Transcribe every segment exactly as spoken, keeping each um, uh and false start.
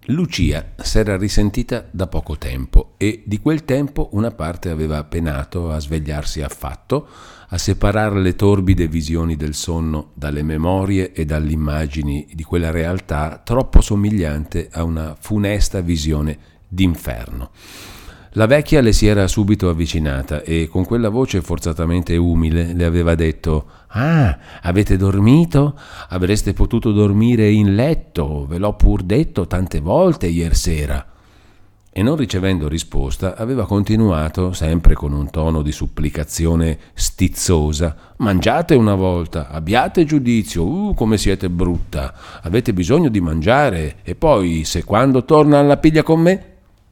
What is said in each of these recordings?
Lucia s'era risentita da poco tempo e di quel tempo una parte aveva penato a svegliarsi affatto, a separare le torbide visioni del sonno dalle memorie e dalle immagini di quella realtà troppo somigliante a una funesta visione d'inferno. La vecchia le si era subito avvicinata e con quella voce forzatamente umile le aveva detto: «Ah, avete dormito? Avreste potuto dormire in letto, ve l'ho pur detto tante volte ieri sera». E non ricevendo risposta aveva continuato, sempre con un tono di supplicazione stizzosa: «Mangiate una volta, abbiate giudizio, uh, come siete brutta, avete bisogno di mangiare, e poi se quando torna alla piglia con me?»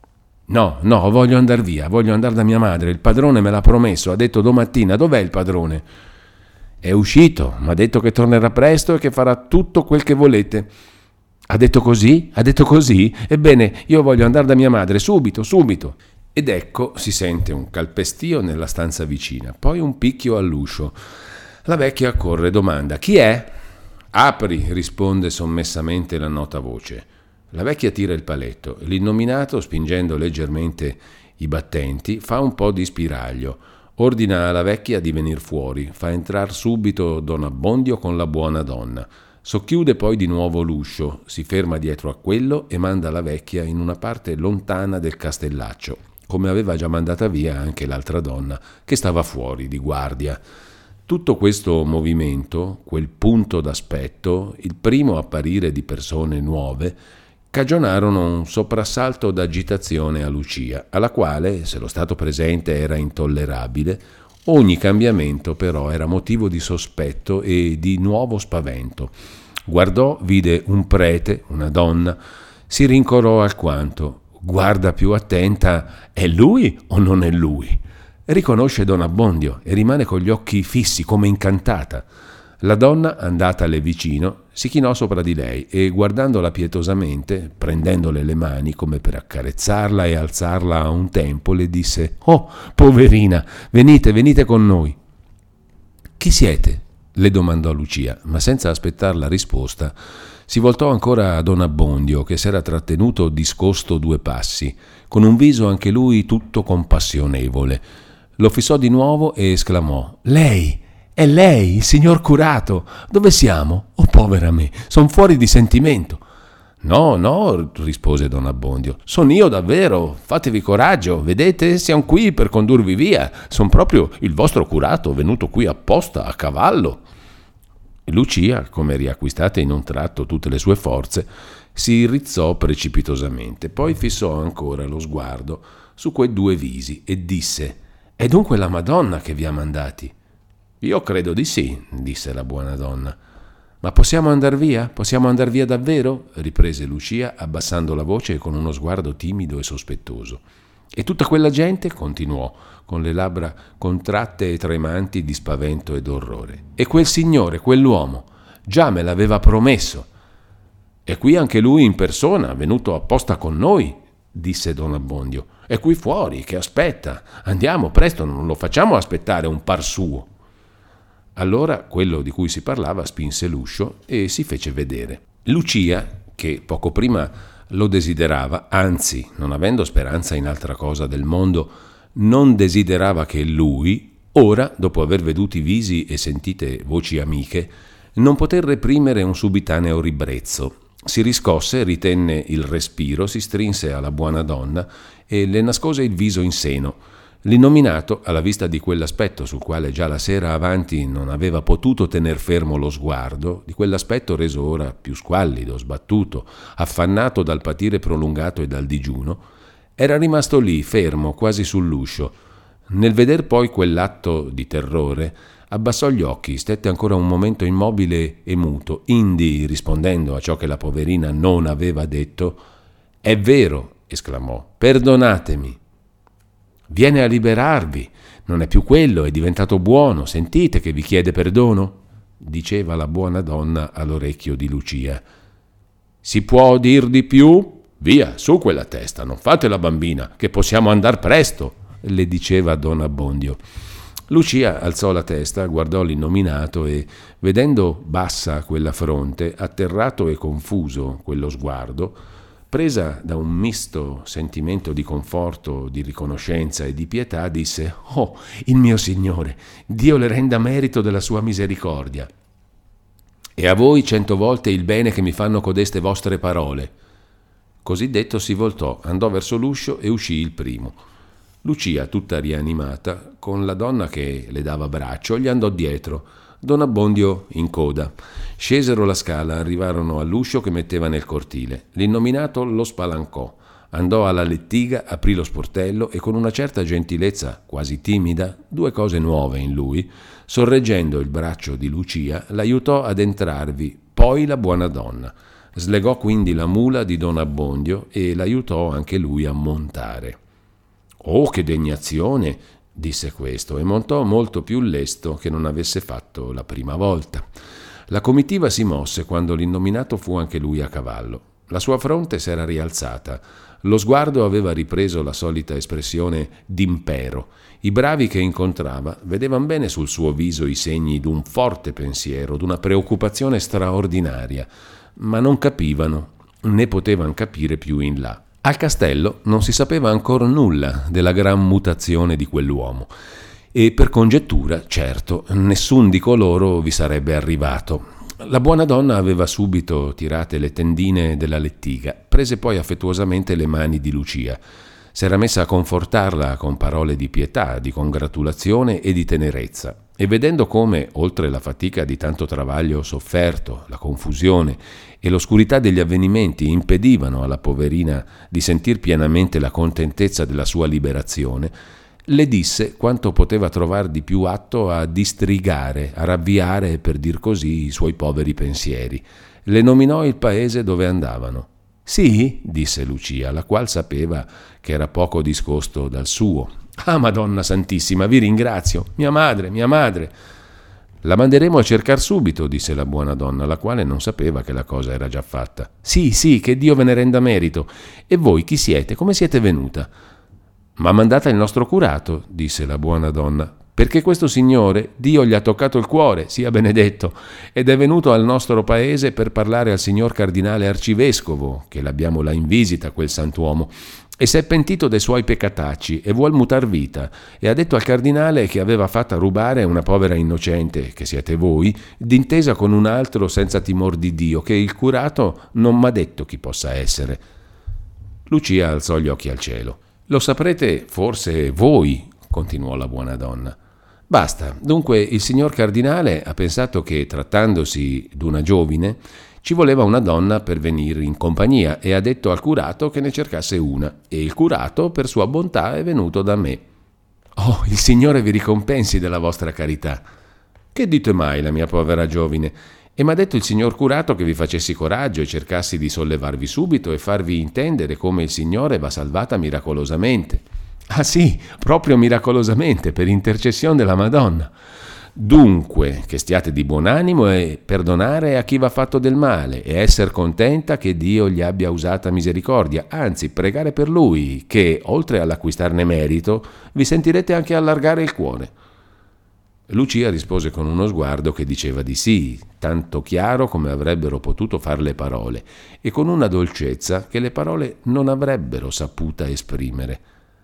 «No, no, voglio andar via, voglio andare da mia madre, il padrone me l'ha promesso, ha detto domattina, dov'è il padrone?» «È uscito, mi ha detto che tornerà presto e che farà tutto quel che volete». «Ha detto così? Ha detto così? Ebbene, io voglio andare da mia madre, subito, subito». Ed ecco si sente un calpestio nella stanza vicina, poi un picchio all'uscio. La vecchia accorre e domanda: «Chi è?» «Apri», risponde sommessamente la nota voce. La vecchia tira il paletto e l'innominato, spingendo leggermente i battenti, fa un po' di spiraglio. Ordina alla vecchia di venir fuori, fa entrar subito don Abbondio con la buona donna. Socchiude poi di nuovo l'uscio, si ferma dietro a quello e manda la vecchia in una parte lontana del castellaccio, come aveva già mandata via anche l'altra donna, che stava fuori di guardia. Tutto questo movimento, quel punto d'aspetto, il primo apparire di persone nuove, cagionarono un soprassalto d'agitazione a Lucia, alla quale, se lo stato presente era intollerabile, ogni cambiamento però era motivo di sospetto e di nuovo spavento. Guardò, vide un prete, una donna, si rincorò alquanto. Guarda più attenta: è lui o non è lui? Riconosce don Abbondio e rimane con gli occhi fissi come incantata. La donna, andatale vicino, si chinò sopra di lei e, guardandola pietosamente, prendendole le mani come per accarezzarla e alzarla a un tempo, le disse: «Oh, poverina, venite, venite con noi». «Chi siete?» le domandò Lucia, ma senza aspettare la risposta si voltò ancora a don Abbondio, che s'era trattenuto discosto due passi, con un viso anche lui tutto compassionevole. Lo fissò di nuovo e esclamò: «Lei! È lei, il signor curato! Dove siamo? Oh, povera me, son fuori di sentimento». «No, no», rispose don Abbondio, «son io davvero, fatevi coraggio, vedete, siamo qui per condurvi via, son proprio il vostro curato, venuto qui apposta, a cavallo». Lucia, come riacquistate in un tratto tutte le sue forze, si rizzò precipitosamente, poi fissò ancora lo sguardo su quei due visi e disse: «È dunque la Madonna che vi ha mandati?» «Io credo di sì», disse la buona donna. «Ma possiamo andar via? Possiamo andar via davvero?» riprese Lucia, abbassando la voce e con uno sguardo timido e sospettoso. «E tutta quella gente?» continuò, con le labbra contratte e tremanti di spavento e d'orrore. «E quel signore, quell'uomo, già me l'aveva promesso». «È qui anche lui in persona, venuto apposta con noi», disse don Abbondio. «È qui fuori, che aspetta. Andiamo, presto, non lo facciamo aspettare un par suo». Allora quello di cui si parlava spinse l'uscio e si fece vedere. Lucia, che poco prima lo desiderava, anzi, non avendo speranza in altra cosa del mondo, non desiderava che lui, ora, dopo aver veduti visi e sentite voci amiche, non poté reprimere un subitaneo ribrezzo. Si riscosse, ritenne il respiro, si strinse alla buona donna e le nascose il viso in seno. L'innominato, alla vista di quell'aspetto sul quale già la sera avanti non aveva potuto tener fermo lo sguardo, di quell'aspetto reso ora più squallido, sbattuto, affannato dal patire prolungato e dal digiuno, era rimasto lì, fermo, quasi sull'uscio. Nel veder poi quell'atto di terrore, abbassò gli occhi, stette ancora un momento immobile e muto, indi, rispondendo a ciò che la poverina non aveva detto: «È vero», esclamò, «perdonatemi». «Viene a liberarvi, non è più quello, è diventato buono, sentite che vi chiede perdono?» diceva la buona donna all'orecchio di Lucia. «Si può dir di più? Via, su quella testa, non fate la bambina, che possiamo andar presto», le diceva don Abbondio. Lucia alzò la testa, guardò l'innominato e, vedendo bassa quella fronte, atterrato e confuso quello sguardo, Presa da un misto sentimento di conforto, di riconoscenza e di pietà, disse: «Oh, il mio Signore, Dio le renda merito della sua misericordia. E a voi cento volte il bene che mi fanno codeste vostre parole». Così detto si voltò, andò verso l'uscio e uscì il primo. Lucia, tutta rianimata, con la donna che le dava braccio, gli andò dietro, Don Abbondio in coda. Scesero la scala, arrivarono all'uscio che metteva nel cortile. L'innominato lo spalancò, andò alla lettiga, aprì lo sportello e con una certa gentilezza, quasi timida, due cose nuove in lui, sorreggendo il braccio di Lucia, l'aiutò ad entrarvi, poi la buona donna. Slegò quindi la mula di Don Abbondio e l'aiutò anche lui a montare. «Oh, che degnazione!» disse questo, e montò molto più lesto che non avesse fatto la prima volta. La comitiva si mosse quando l'innominato fu anche lui a cavallo. La sua fronte s'era rialzata, lo sguardo aveva ripreso la solita espressione d'impero. I bravi che incontrava vedevan bene sul suo viso i segni d'un forte pensiero, d'una preoccupazione straordinaria, ma non capivano, né potevan capire più in là. Al castello non si sapeva ancora nulla della gran mutazione di quell'uomo e per congettura, certo, nessun di coloro vi sarebbe arrivato. La buona donna aveva subito tirate le tendine della lettiga, prese poi affettuosamente le mani di Lucia, s'era messa a confortarla con parole di pietà, di congratulazione e di tenerezza, e vedendo come, oltre la fatica di tanto travaglio sofferto, la confusione e l'oscurità degli avvenimenti impedivano alla poverina di sentir pienamente la contentezza della sua liberazione, le disse quanto poteva trovar di più atto a distrigare, a ravviare, per dir così, i suoi poveri pensieri. Le nominò il paese dove andavano. «Sì?» disse Lucia, la qual sapeva che era poco discosto dal suo. «Ah, Madonna Santissima, vi ringrazio! Mia madre, mia madre!» «La manderemo a cercar subito», disse la buona donna, la quale non sapeva che la cosa era già fatta. «Sì, sì, che Dio ve ne renda merito. E voi chi siete? Come siete venuta?» «M'ha mandata il nostro curato», disse la buona donna, «perché questo signore, Dio gli ha toccato il cuore, sia benedetto, ed è venuto al nostro paese per parlare al signor cardinale arcivescovo, che l'abbiamo là in visita, quel sant'uomo, e s'è pentito dei suoi peccatacci e vuol mutar vita, e ha detto al cardinale che aveva fatta rubare una povera innocente, che siete voi, d'intesa con un altro senza timor di Dio, che il curato non m'ha detto chi possa essere». Lucia alzò gli occhi al cielo. «Lo saprete forse voi», continuò la buona donna. «Basta, dunque il signor cardinale ha pensato che, trattandosi d'una giovine, ci voleva una donna per venire in compagnia e ha detto al curato che ne cercasse una, e il curato, per sua bontà, è venuto da me». «Oh, il Signore vi ricompensi della vostra carità». «Che dite mai, la mia povera giovine? E m'ha detto il signor curato che vi facessi coraggio e cercassi di sollevarvi subito e farvi intendere come il Signore va salvata miracolosamente». «Ah sì, proprio miracolosamente, per intercessione della Madonna». «Dunque, che stiate di buon animo e perdonare a chi v'ha fatto del male e esser contenta che Dio gli abbia usata misericordia, anzi pregare per lui che, oltre all'acquistarne merito, vi sentirete anche allargare il cuore». Lucia rispose con uno sguardo che diceva di sì, tanto chiaro come avrebbero potuto far le parole, e con una dolcezza che le parole non avrebbero saputa esprimere.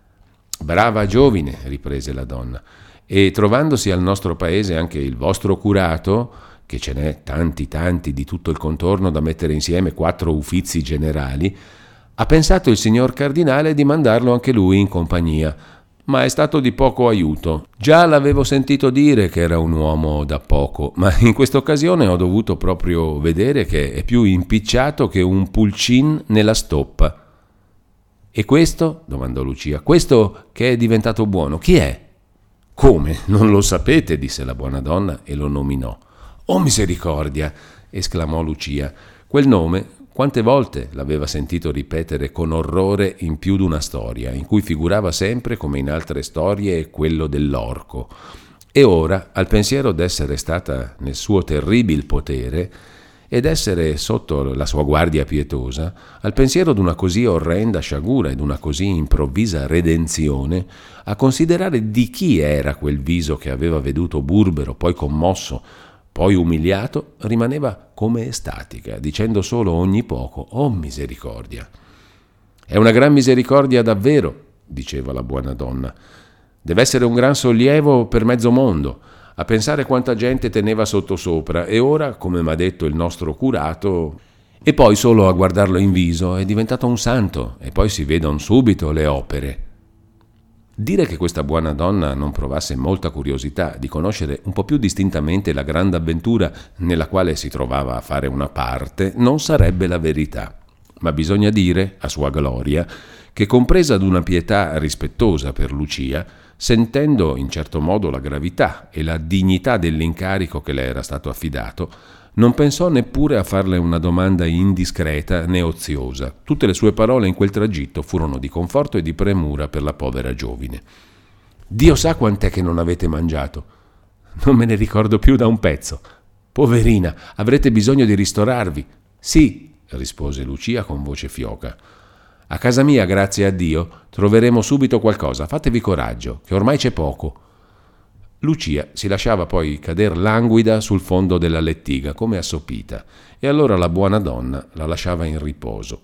«Brava giovine», riprese la donna, «e trovandosi al nostro paese anche il vostro curato, che ce n'è tanti tanti di tutto il contorno da mettere insieme quattro uffizi generali, ha pensato il signor cardinale di mandarlo anche lui in compagnia, ma è stato di poco aiuto. Già l'avevo sentito dire che era un uomo da poco, ma in questa occasione ho dovuto proprio vedere che è più impicciato che un pulcin nella stoppa». «E questo?» domandò Lucia. «Questo che è diventato buono, chi è?» «Come? Non lo sapete?» disse la buona donna e lo nominò. «Oh misericordia!» esclamò Lucia. Quel nome quante volte l'aveva sentito ripetere con orrore in più d'una storia, in cui figurava sempre, come in altre storie, quello dell'orco. E ora, al pensiero d'essere stata nel suo terribil potere ed essere sotto la sua guardia pietosa, al pensiero d'una così orrenda sciagura e d'una così improvvisa redenzione, a considerare di chi era quel viso che aveva veduto burbero, poi commosso, poi umiliato, rimaneva come estatica, dicendo solo ogni poco: «Oh misericordia!» È una gran misericordia davvero, diceva la buona donna. Deve essere un gran sollievo per mezzo mondo, a pensare quanta gente teneva sottosopra, e ora, come m'ha detto il nostro curato, e poi solo a guardarlo in viso è diventato un santo, e poi si vedono subito le opere. Dire che questa buona donna non provasse molta curiosità di conoscere un po' più distintamente la grande avventura nella quale si trovava a fare una parte non sarebbe la verità, ma bisogna dire, a sua gloria, che compresa d'una pietà rispettosa per Lucia, sentendo in certo modo la gravità e la dignità dell'incarico che le era stato affidato, non pensò neppure a farle una domanda indiscreta né oziosa. Tutte le sue parole in quel tragitto furono di conforto e di premura per la povera giovine. «Dio sa quant'è che non avete mangiato. Non me ne ricordo più da un pezzo. Poverina, avrete bisogno di ristorarvi». «Sì», rispose Lucia con voce fioca. «A casa mia, grazie a Dio, troveremo subito qualcosa. Fatevi coraggio, che ormai c'è poco». Lucia si lasciava poi cader languida sul fondo della lettiga, come assopita, e allora la buona donna la lasciava in riposo.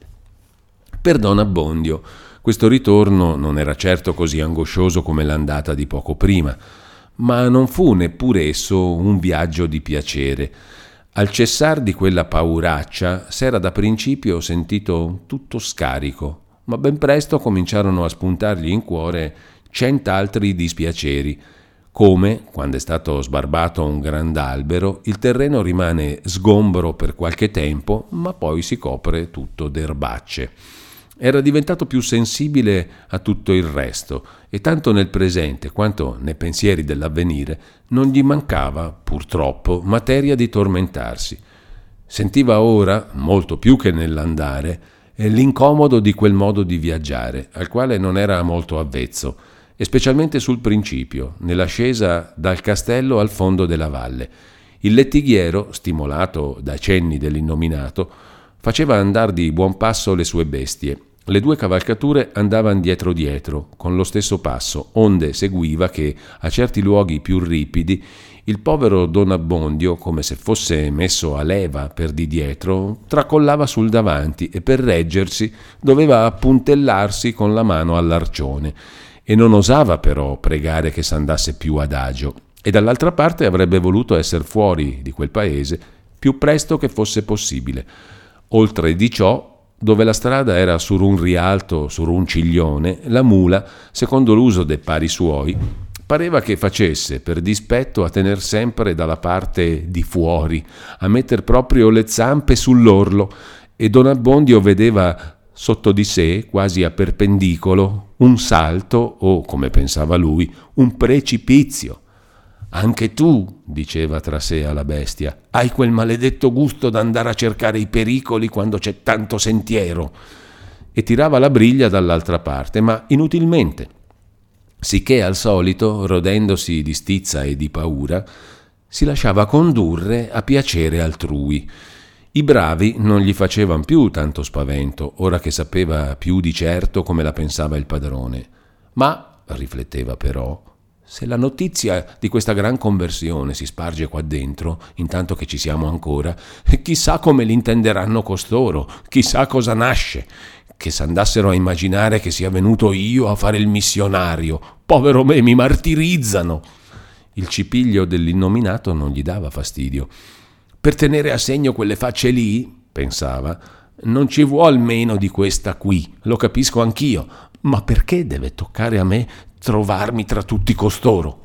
Per don Abbondio questo ritorno non era certo così angoscioso come l'andata di poco prima, ma non fu neppure esso un viaggio di piacere. Al cessar di quella pauraccia s'era da principio sentito tutto scarico, ma ben presto cominciarono a spuntargli in cuore cent'altri dispiaceri. Come, quando è stato sbarbato un grand'albero, il terreno rimane sgombro per qualche tempo, ma poi si copre tutto d'erbacce. Era diventato più sensibile a tutto il resto, e tanto nel presente quanto nei pensieri dell'avvenire non gli mancava, purtroppo, materia di tormentarsi. Sentiva ora, molto più che nell'andare, l'incomodo di quel modo di viaggiare, al quale non era molto avvezzo, e specialmente sul principio, nell'ascesa dal castello al fondo della valle. Il lettighiero, stimolato dai cenni dell'innominato, faceva andar di buon passo le sue bestie. Le due cavalcature andavano dietro dietro, con lo stesso passo, onde seguiva che, a certi luoghi più ripidi, il povero don Abbondio, come se fosse messo a leva per di dietro, tracollava sul davanti e per reggersi doveva appuntellarsi con la mano all'arcione, e non osava però pregare che s'andasse più adagio, e dall'altra parte avrebbe voluto essere fuori di quel paese più presto che fosse possibile. Oltre di ciò, dove la strada era sur un rialto, sur un ciglione, la mula, secondo l'uso dei pari suoi, pareva che facesse per dispetto a tener sempre dalla parte di fuori, a metter proprio le zampe sull'orlo, e don Abbondio vedeva sotto di sé, quasi a perpendicolo, un salto o, come pensava lui, un precipizio. «Anche tu», diceva tra sé alla bestia, «hai quel maledetto gusto d'andare a cercare i pericoli quando c'è tanto sentiero». E tirava la briglia dall'altra parte, ma inutilmente, sicché al solito, rodendosi di stizza e di paura, si lasciava condurre a piacere altrui. I bravi non gli facevan più tanto spavento, ora che sapeva più di certo come la pensava il padrone. Ma, rifletteva però, se la notizia di questa gran conversione si sparge qua dentro, intanto che ci siamo ancora, chissà come l'intenderanno costoro, chissà cosa nasce, che s'andassero a immaginare che sia venuto io a fare il missionario. Povero me, mi martirizzano. Il cipiglio dell'innominato non gli dava fastidio. Per tenere a segno quelle facce lì, pensava, non ci vuol meno di questa qui, lo capisco anch'io, ma perché deve toccare a me trovarmi tra tutti costoro?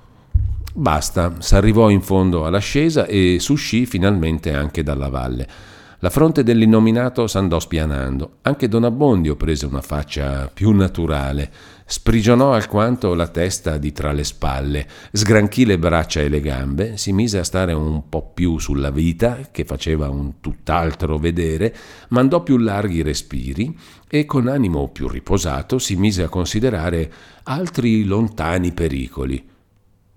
Basta, s'arrivò in fondo all'ascesa e s'uscì finalmente anche dalla valle. La fronte dell'innominato s'andò spianando, anche don Abbondio prese una faccia più naturale, sprigionò alquanto la testa di tra le spalle, sgranchì le braccia e le gambe, si mise a stare un po' più sulla vita, che faceva un tutt'altro vedere, mandò più larghi respiri e con animo più riposato si mise a considerare altri lontani pericoli.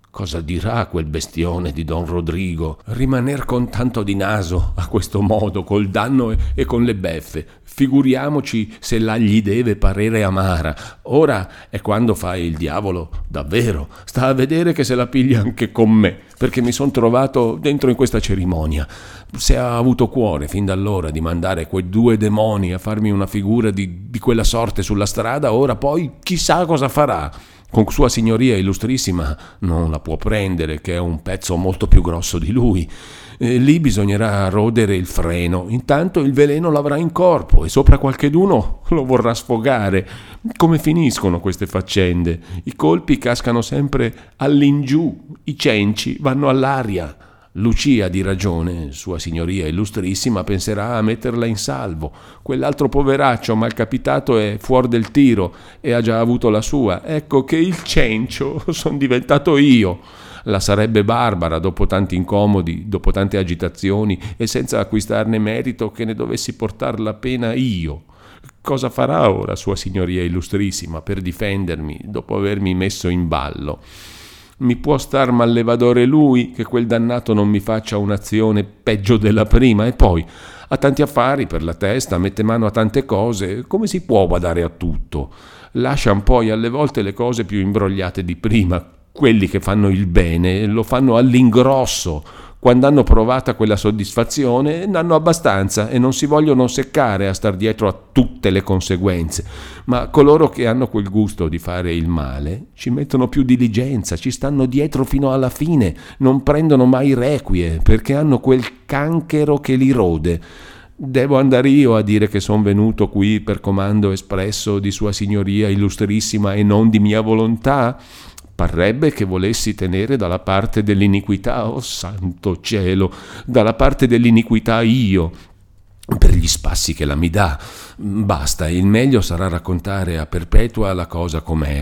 Cosa dirà quel bestione di Don Rodrigo? Rimaner con tanto di naso a questo modo, col danno e con le beffe. Figuriamoci se la gli deve parere amara. Ora è quando fa il diavolo davvero. Sta a vedere che se la piglia anche con me, perché mi son trovato dentro in questa cerimonia. Se ha avuto cuore fin da allora di mandare quei due demoni a farmi una figura di, di quella sorte sulla strada, ora poi chissà cosa farà. Con sua signoria illustrissima non la può prendere, che è un pezzo molto più grosso di lui. E lì bisognerà rodere il freno. Intanto il veleno l'avrà in corpo e sopra qualcheduno lo vorrà sfogare. Come finiscono queste faccende? I colpi cascano sempre all'ingiù, i cenci vanno all'aria. Lucia di ragione, sua signoria illustrissima, penserà a metterla in salvo. Quell'altro poveraccio malcapitato è fuori del tiro e ha già avuto la sua. Ecco che il cencio son diventato io. La sarebbe barbara dopo tanti incomodi, dopo tante agitazioni e senza acquistarne merito che ne dovessi portar la pena io. Cosa farà ora sua signoria illustrissima per difendermi dopo avermi messo in ballo? Mi può star mallevadore lui, che quel dannato non mi faccia un'azione peggio della prima, e poi ha tanti affari per la testa, mette mano a tante cose, come si può badare a tutto? Lascian poi alle volte le cose più imbrogliate di prima. Quelli che fanno il bene lo fanno all'ingrosso. Quando hanno provata quella soddisfazione, ne hanno abbastanza e non si vogliono seccare a star dietro a tutte le conseguenze. Ma coloro che hanno quel gusto di fare il male ci mettono più diligenza, ci stanno dietro fino alla fine, non prendono mai requie perché hanno quel canchero che li rode. Devo andare io a dire che son venuto qui per comando espresso di sua signoria illustrissima e non di mia volontà? Parrebbe che volessi tenere dalla parte dell'iniquità, oh santo cielo, dalla parte dell'iniquità io, per gli spassi che la mi dà. Basta, il meglio sarà raccontare a Perpetua la cosa com'è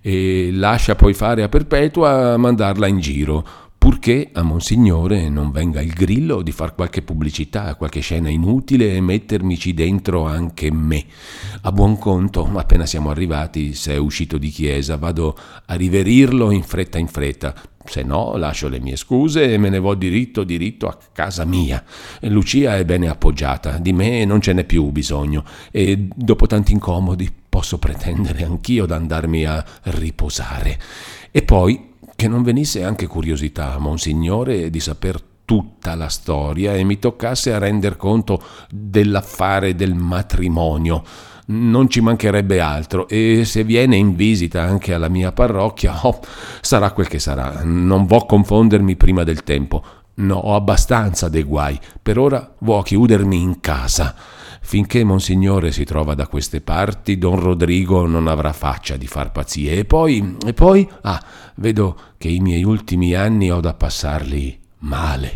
e lascia poi fare a Perpetua mandarla in giro, purché a Monsignore non venga il grillo di far qualche pubblicità, qualche scena inutile e mettermici dentro anche me. A buon conto, appena siamo arrivati, se è uscito di chiesa, vado a riverirlo in fretta in fretta. Se no, lascio le mie scuse e me ne vo diritto diritto a casa mia. Lucia è bene appoggiata, di me non ce n'è più bisogno e dopo tanti incomodi posso pretendere anch'io d'andarmi a riposare. E poi che non venisse anche curiosità a Monsignore di saper tutta la storia e mi toccasse a render conto dell'affare del matrimonio. Non ci mancherebbe altro, e se viene in visita anche alla mia parrocchia, oh, sarà quel che sarà, non vo confondermi prima del tempo. No, ho abbastanza dei guai, per ora vo chiudermi in casa. Finché Monsignore si trova da queste parti, Don Rodrigo non avrà faccia di far pazzie. E poi, e poi, ah, vedo che i miei ultimi anni ho da passarli male.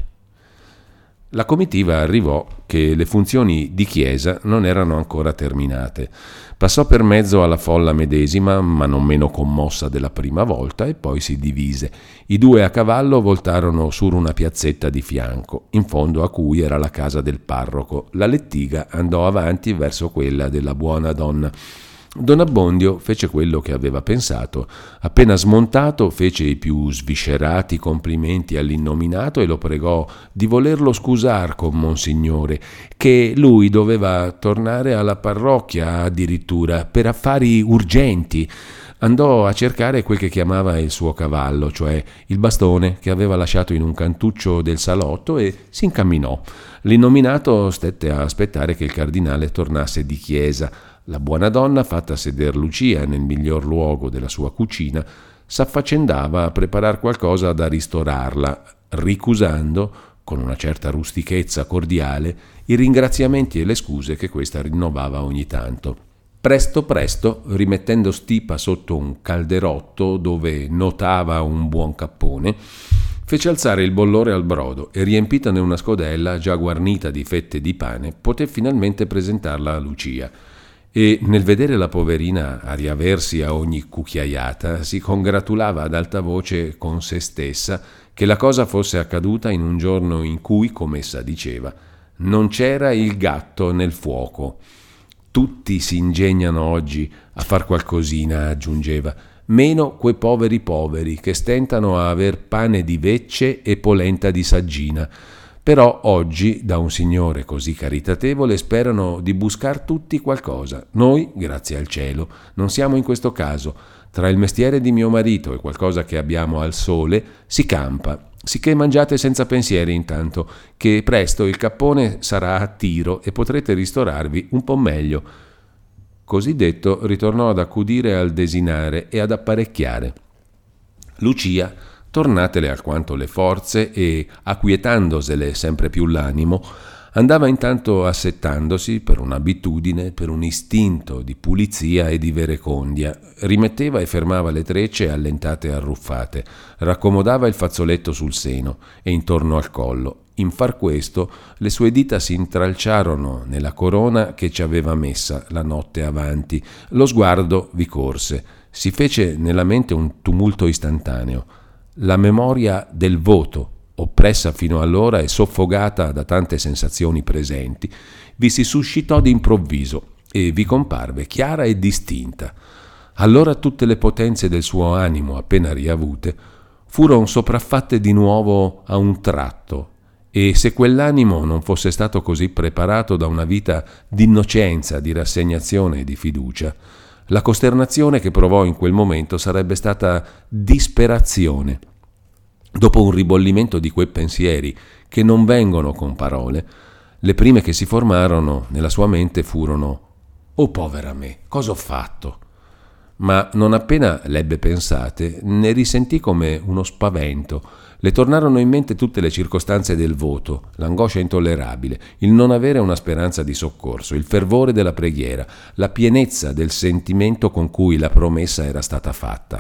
La comitiva arrivò che le funzioni di chiesa non erano ancora terminate. Passò per mezzo alla folla medesima, ma non meno commossa della prima volta, e poi si divise. I due a cavallo voltarono su una piazzetta di fianco, in fondo a cui era la casa del parroco. La lettiga andò avanti verso quella della buona donna. Don Abbondio fece quello che aveva pensato. Appena smontato fece i più sviscerati complimenti all'innominato e lo pregò di volerlo scusar con Monsignore, che lui doveva tornare alla parrocchia addirittura per affari urgenti. Andò a cercare quel che chiamava il suo cavallo, cioè il bastone che aveva lasciato in un cantuccio del salotto, e si incamminò. L'innominato stette a aspettare che il cardinale tornasse di chiesa. La buona donna, fatta seder Lucia nel miglior luogo della sua cucina, s'affaccendava a preparar qualcosa da ristorarla, ricusando, con una certa rustichezza cordiale, i ringraziamenti e le scuse che questa rinnovava ogni tanto. Presto presto, rimettendo stipa sotto un calderotto dove notava un buon cappone, fece alzare il bollore al brodo e, riempitane una scodella già guarnita di fette di pane, poté finalmente presentarla a Lucia. E nel vedere la poverina a riaversi a ogni cucchiaiata si congratulava ad alta voce con se stessa che la cosa fosse accaduta in un giorno in cui, come essa diceva, non c'era il gatto nel fuoco. Tutti si ingegnano oggi a far qualcosina, aggiungeva. meno quei poveri poveri che stentano a aver pane di vecce e polenta di saggina. Però oggi, da un signore così caritatevole, sperano di buscar tutti qualcosa. Noi, grazie al cielo, non siamo in questo caso. Tra il mestiere di mio marito e qualcosa che abbiamo al sole, si campa. Sicché mangiate senza pensieri intanto, che presto il cappone sarà a tiro e potrete ristorarvi un po' meglio. Così detto, ritornò ad accudire al desinare e ad apparecchiare. Lucia, tornatele alquanto le forze e acquietandosele sempre più l'animo, andava intanto assettandosi per un'abitudine, per un istinto di pulizia e di verecondia, rimetteva e fermava le trecce allentate e arruffate, raccomodava il fazzoletto sul seno e intorno al collo. In far questo le sue dita si intralciarono nella corona che ci aveva messa la notte avanti. Lo sguardo vi corse, si fece nella mente un tumulto istantaneo. La memoria del voto, oppressa fino allora e soffogata da tante sensazioni presenti, vi si suscitò d'improvviso e vi comparve chiara e distinta. Allora tutte le potenze del suo animo, appena riavute, furono sopraffatte di nuovo a un tratto, e se quell'animo non fosse stato così preparato da una vita d'innocenza, di rassegnazione e di fiducia, la costernazione che provò in quel momento sarebbe stata disperazione. Dopo un ribollimento di quei pensieri che non vengono con parole, le prime che si formarono nella sua mente furono «Oh povera me, cosa ho fatto?» Ma non appena l'ebbe pensate, ne risentì come uno spavento. Le tornarono in mente tutte le circostanze del voto, l'angoscia intollerabile, il non avere una speranza di soccorso, il fervore della preghiera, la pienezza del sentimento con cui la promessa era stata fatta.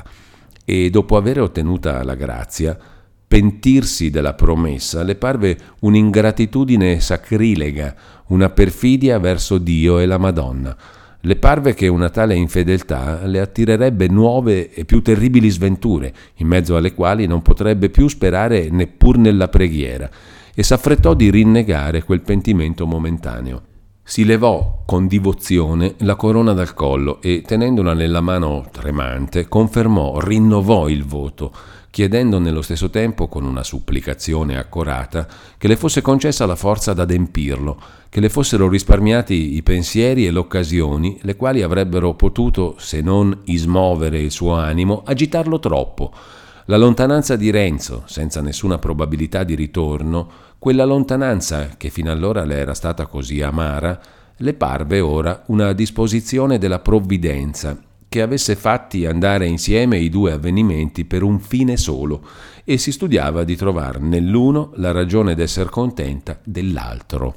E dopo aver ottenuta la grazia, pentirsi della promessa le parve un'ingratitudine sacrilega, una perfidia verso Dio e la Madonna. Le parve che una tale infedeltà le attirerebbe nuove e più terribili sventure, in mezzo alle quali non potrebbe più sperare neppur nella preghiera, e s'affrettò di rinnegare quel pentimento momentaneo. Si levò con divozione la corona dal collo e, tenendola nella mano tremante, confermò, rinnovò il voto, chiedendo nello stesso tempo, con una supplicazione accorata, che le fosse concessa la forza ad adempirlo, che le fossero risparmiati i pensieri e le occasioni, le quali avrebbero potuto, se non ismovere il suo animo, agitarlo troppo. La lontananza di Renzo, senza nessuna probabilità di ritorno, quella lontananza che fino allora le era stata così amara, le parve ora una disposizione della provvidenza, che avesse fatti andare insieme i due avvenimenti per un fine solo, e si studiava di trovar nell'uno la ragione d'esser contenta dell'altro.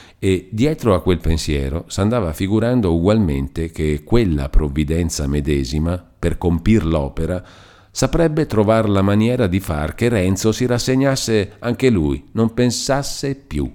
E dietro a quel pensiero s'andava figurando ugualmente che quella provvidenza medesima, per compir l'opera, saprebbe trovar la maniera di far che Renzo si rassegnasse anche lui, non pensasse più.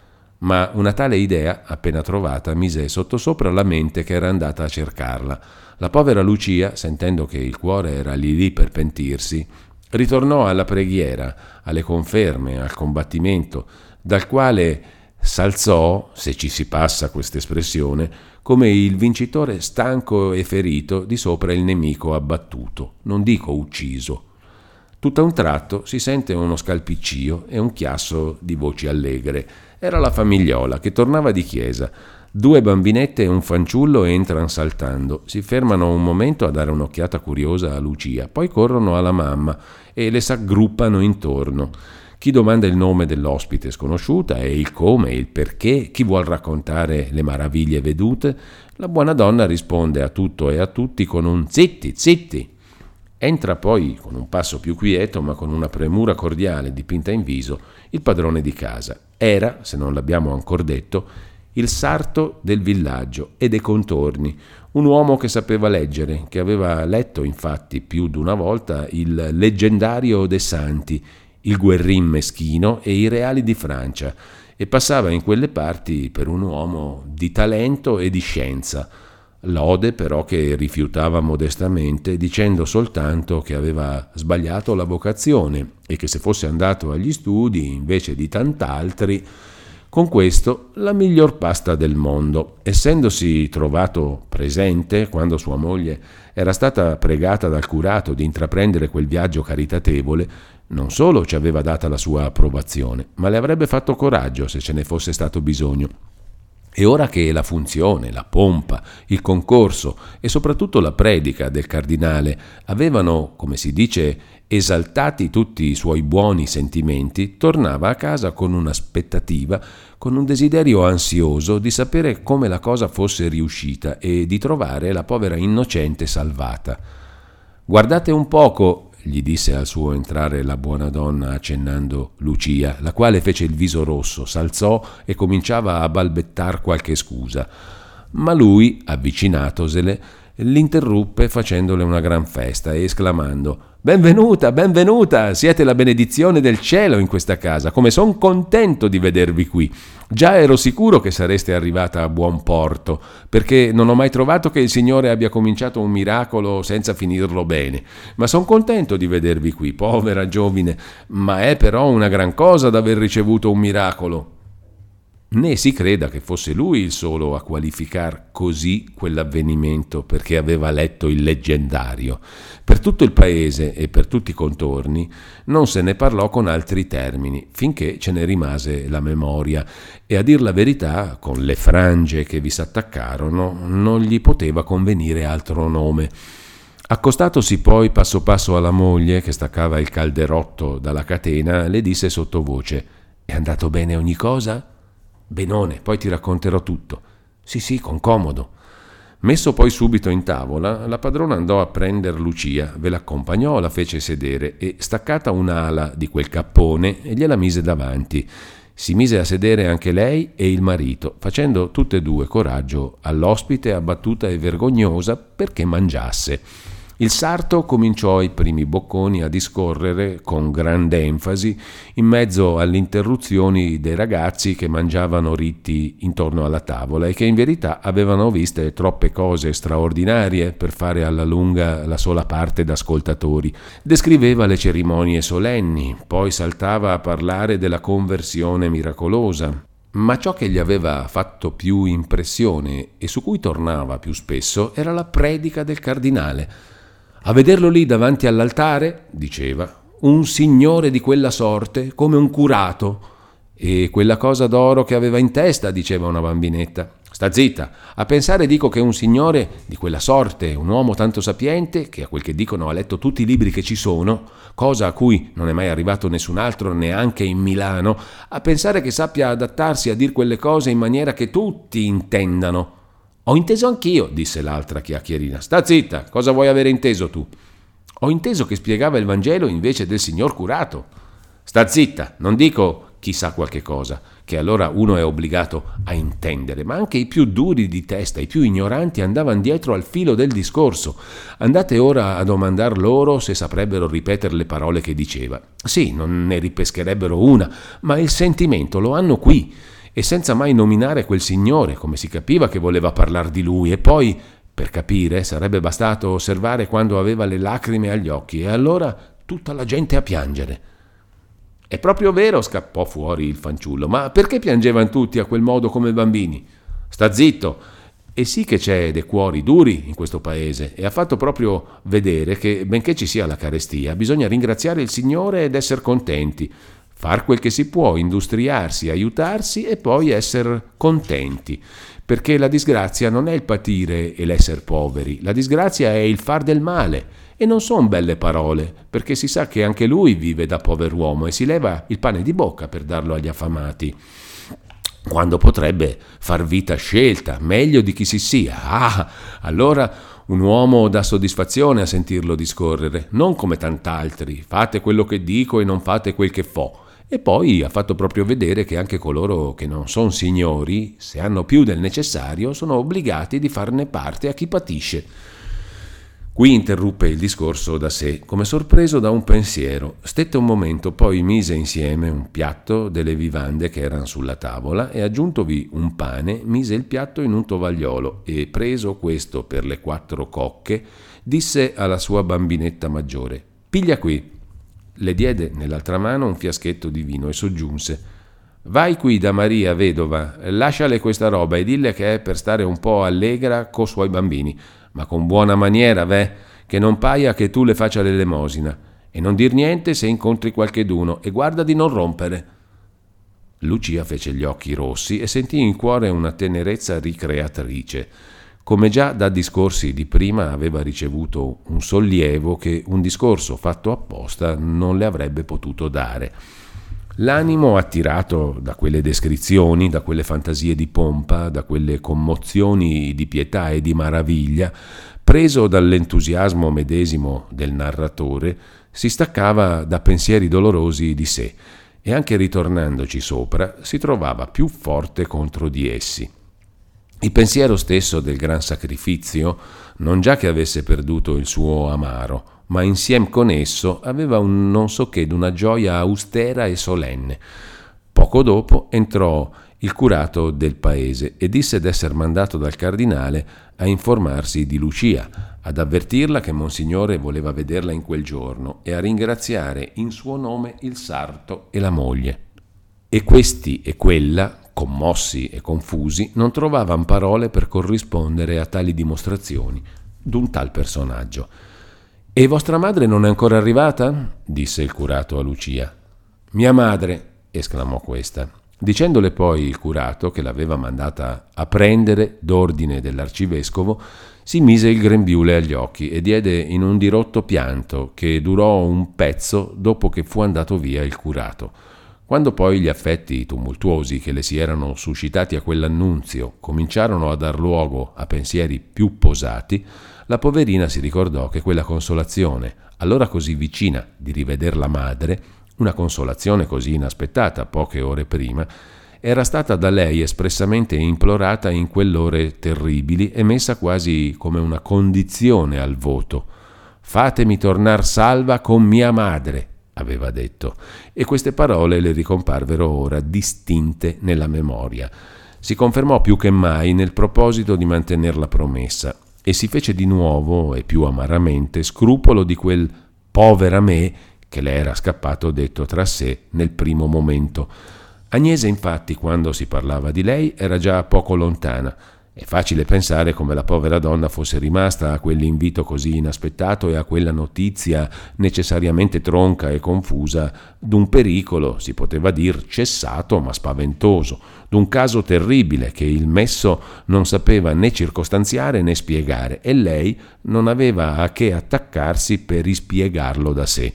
Ma una tale idea, appena trovata, mise sottosopra la mente che era andata a cercarla. La povera Lucia, sentendo che il cuore era lì lì per pentirsi, ritornò alla preghiera, alle conferme, al combattimento, dal quale s'alzò, se ci si passa questa espressione, come il vincitore stanco e ferito di sopra il nemico abbattuto, non dico ucciso. Tutto a un tratto si sente uno scalpiccio e un chiasso di voci allegre. Era la famigliola che tornava di chiesa. Due bambinette e un fanciullo entran saltando, si fermano un momento a dare un'occhiata curiosa a Lucia, poi corrono alla mamma e le s'aggruppano intorno. Chi domanda il nome dell'ospite sconosciuta e il come e il perché, chi vuol raccontare le maraviglie vedute, la buona donna risponde a tutto e a tutti con un zitti, zitti. Entra poi con un passo più quieto, ma con una premura cordiale dipinta in viso, il padrone di casa. Era, se non l'abbiamo ancor detto, il sarto del villaggio e dei contorni, un uomo che sapeva leggere, che aveva letto infatti più d'una volta il leggendario De Santi, il Guerrin meschino e i reali di Francia, e passava in quelle parti per un uomo di talento e di scienza, lode però che rifiutava modestamente, dicendo soltanto che aveva sbagliato la vocazione e che se fosse andato agli studi invece di tant'altri, Con questo la miglior pasta del mondo. Essendosi trovato presente quando sua moglie era stata pregata dal curato di intraprendere quel viaggio caritatevole, non solo ci aveva data la sua approvazione, ma le avrebbe fatto coraggio se ce ne fosse stato bisogno. E ora che la funzione, la pompa, il concorso e soprattutto la predica del cardinale avevano, come si dice, esaltati tutti i suoi buoni sentimenti, tornava a casa con un'aspettativa, con un desiderio ansioso di sapere come la cosa fosse riuscita e di trovare la povera innocente salvata. «Guardate un poco», gli disse al suo entrare la buona donna accennando Lucia, la quale fece il viso rosso, s'alzò e cominciava a balbettar qualche scusa. Ma lui, avvicinatosele, l'interruppe facendole una gran festa e esclamando: «Benvenuta, benvenuta! Siete la benedizione del cielo in questa casa, come son contento di vedervi qui. Già ero sicuro che sareste arrivata a buon porto, perché non ho mai trovato che il Signore abbia cominciato un miracolo senza finirlo bene. Ma son contento di vedervi qui, povera giovine, ma è però una gran cosa d'aver ricevuto un miracolo». Né si creda che fosse lui il solo a qualificar così quell'avvenimento, perché aveva letto il leggendario. Per tutto il paese e per tutti i contorni non se ne parlò con altri termini, finché ce ne rimase la memoria, e a dir la verità, con le frange che vi s'attaccarono, non gli poteva convenire altro nome. Accostatosi poi passo passo alla moglie, che staccava il calderotto dalla catena, le disse sottovoce: «È andato bene ogni cosa?» «Benone, poi ti racconterò tutto». «Sì, sì, con comodo». Messo poi subito in tavola, la padrona andò a prender Lucia, ve l'accompagnò, la fece sedere e, staccata un'ala di quel cappone, gliela mise davanti. Si mise a sedere anche lei e il marito, facendo tutte e due coraggio all'ospite abbattuta e vergognosa perché mangiasse. Il sarto cominciò i primi bocconi a discorrere con grande enfasi in mezzo alle interruzioni dei ragazzi che mangiavano ritti intorno alla tavola e che in verità avevano viste troppe cose straordinarie per fare alla lunga la sola parte d'ascoltatori. Descriveva le cerimonie solenni, poi saltava a parlare della conversione miracolosa. Ma ciò che gli aveva fatto più impressione e su cui tornava più spesso era la predica del cardinale. «A vederlo lì davanti all'altare», diceva, «un signore di quella sorte, come un curato. E quella cosa d'oro che aveva in testa», diceva una bambinetta. «Sta zitta, a pensare dico che un signore di quella sorte, un uomo tanto sapiente, che a quel che dicono ha letto tutti i libri che ci sono, cosa a cui non è mai arrivato nessun altro neanche in Milano, a pensare che sappia adattarsi a dir quelle cose in maniera che tutti intendano». «Ho inteso anch'io», disse l'altra chiacchierina. «Sta zitta, cosa vuoi avere inteso tu?» «Ho inteso che spiegava il Vangelo invece del signor curato». «Sta zitta, non dico chi sa qualche cosa, che allora uno è obbligato a intendere, ma anche i più duri di testa, i più ignoranti andavano dietro al filo del discorso. Andate ora a domandar loro se saprebbero ripetere le parole che diceva. Sì, non ne ripescherebbero una, ma il sentimento lo hanno qui». E senza mai nominare quel signore, come si capiva che voleva parlar di lui, e poi, per capire, sarebbe bastato osservare quando aveva le lacrime agli occhi, e allora tutta la gente a piangere. «È proprio vero», scappò fuori il fanciullo, «ma perché piangevano tutti a quel modo come bambini?» «Sta zitto!» E sì che c'è dei cuori duri in questo paese, e ha fatto proprio vedere che, benché ci sia la carestia, bisogna ringraziare il Signore ed essere contenti, far quel che si può, industriarsi, aiutarsi e poi essere contenti, perché la disgrazia non è il patire e l'essere poveri, la disgrazia è il far del male, e non son belle parole, perché si sa che anche lui vive da pover'uomo e si leva il pane di bocca per darlo agli affamati, quando potrebbe far vita scelta, meglio di chi si sia. Ah, allora un uomo dà soddisfazione a sentirlo discorrere, non come tant'altri, fate quello che dico e non fate quel che fo. E poi ha fatto proprio vedere che anche coloro che non son signori, se hanno più del necessario, sono obbligati di farne parte a chi patisce. Qui interruppe il discorso da sé, come sorpreso da un pensiero. Stette un momento, poi mise insieme un piatto delle vivande che erano sulla tavola e, aggiuntovi un pane, mise il piatto in un tovagliolo e, preso questo per le quattro cocche, disse alla sua bambinetta maggiore: «Piglia qui». Le diede nell'altra mano un fiaschetto di vino e soggiunse: Vai qui da Maria, vedova, lasciale questa roba e dille che è per stare un po' allegra co' suoi bambini, ma con buona maniera, ve, che non paia che tu le faccia l'elemosina. E non dir niente se incontri qualcheduno e guarda di non rompere». Lucia fece gli occhi rossi e sentì in cuore una tenerezza ricreatrice. Come già da discorsi di prima aveva ricevuto un sollievo che un discorso fatto apposta non le avrebbe potuto dare. L'animo attirato da quelle descrizioni, da quelle fantasie di pompa, da quelle commozioni di pietà e di maraviglia, preso dall'entusiasmo medesimo del narratore, si staccava da pensieri dolorosi di sé e anche ritornandoci sopra si trovava più forte contro di essi. Il pensiero stesso del gran sacrificio, non già che avesse perduto il suo amaro, ma insieme con esso aveva un non so che d'una gioia austera e solenne. Poco dopo entrò il curato del paese e disse d'esser mandato dal cardinale a informarsi di Lucia, ad avvertirla che Monsignore voleva vederla in quel giorno e a ringraziare in suo nome il sarto e la moglie. E questi e quella, commossi e confusi, non trovavan parole per corrispondere a tali dimostrazioni d'un tal personaggio. «E vostra madre non è ancora arrivata?» disse il curato a Lucia. «Mia madre», esclamò questa. Dicendole poi il curato, che l'aveva mandata a prendere d'ordine dell'arcivescovo, si mise il grembiule agli occhi e diede in un dirotto pianto che durò un pezzo dopo che fu andato via il curato. Quando poi gli affetti tumultuosi che le si erano suscitati a quell'annunzio cominciarono a dar luogo a pensieri più posati, la poverina si ricordò che quella consolazione, allora così vicina di riveder la madre, una consolazione così inaspettata poche ore prima, era stata da lei espressamente implorata in quell'ore terribili e messa quasi come una condizione al voto. «Fatemi tornar salva con mia madre», aveva detto, e queste parole le ricomparvero ora distinte nella memoria. Si confermò più che mai nel proposito di mantener la promessa e si fece di nuovo e più amaramente scrupolo di quel «povera me» che le era scappato detto tra sé nel primo momento. Agnese, infatti, quando si parlava di lei, era già poco lontana. È facile pensare come la povera donna fosse rimasta a quell'invito così inaspettato e a quella notizia necessariamente tronca e confusa d'un pericolo, si poteva dir cessato ma spaventoso, d'un caso terribile che il messo non sapeva né circostanziare né spiegare e lei non aveva a che attaccarsi per ispiegarlo da sé.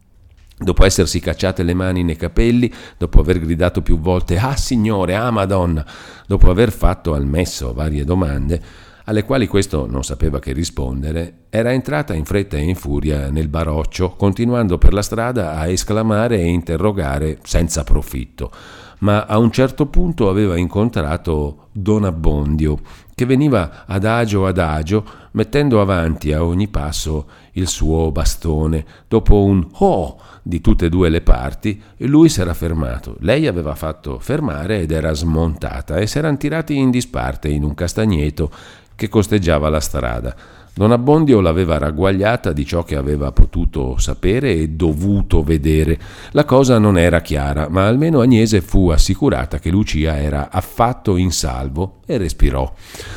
Dopo essersi cacciate le mani nei capelli, dopo aver gridato più volte «Ah, Signore! Ah, Madonna!», dopo aver fatto al messo varie domande, alle quali questo non sapeva che rispondere, era entrata in fretta e in furia nel baroccio, continuando per la strada a esclamare e interrogare senza profitto. Ma a un certo punto aveva incontrato Don Abbondio, che veniva adagio adagio, mettendo avanti a ogni passo il suo bastone. Dopo un «oh» di tutte e due le parti, lui s'era fermato. Lei aveva fatto fermare ed era smontata e s'eran tirati in disparte in un castagneto che costeggiava la strada. Don Abbondio l'aveva ragguagliata di ciò che aveva potuto sapere e dovuto vedere. La cosa non era chiara, ma almeno Agnese fu assicurata che Lucia era affatto in salvo e respirò.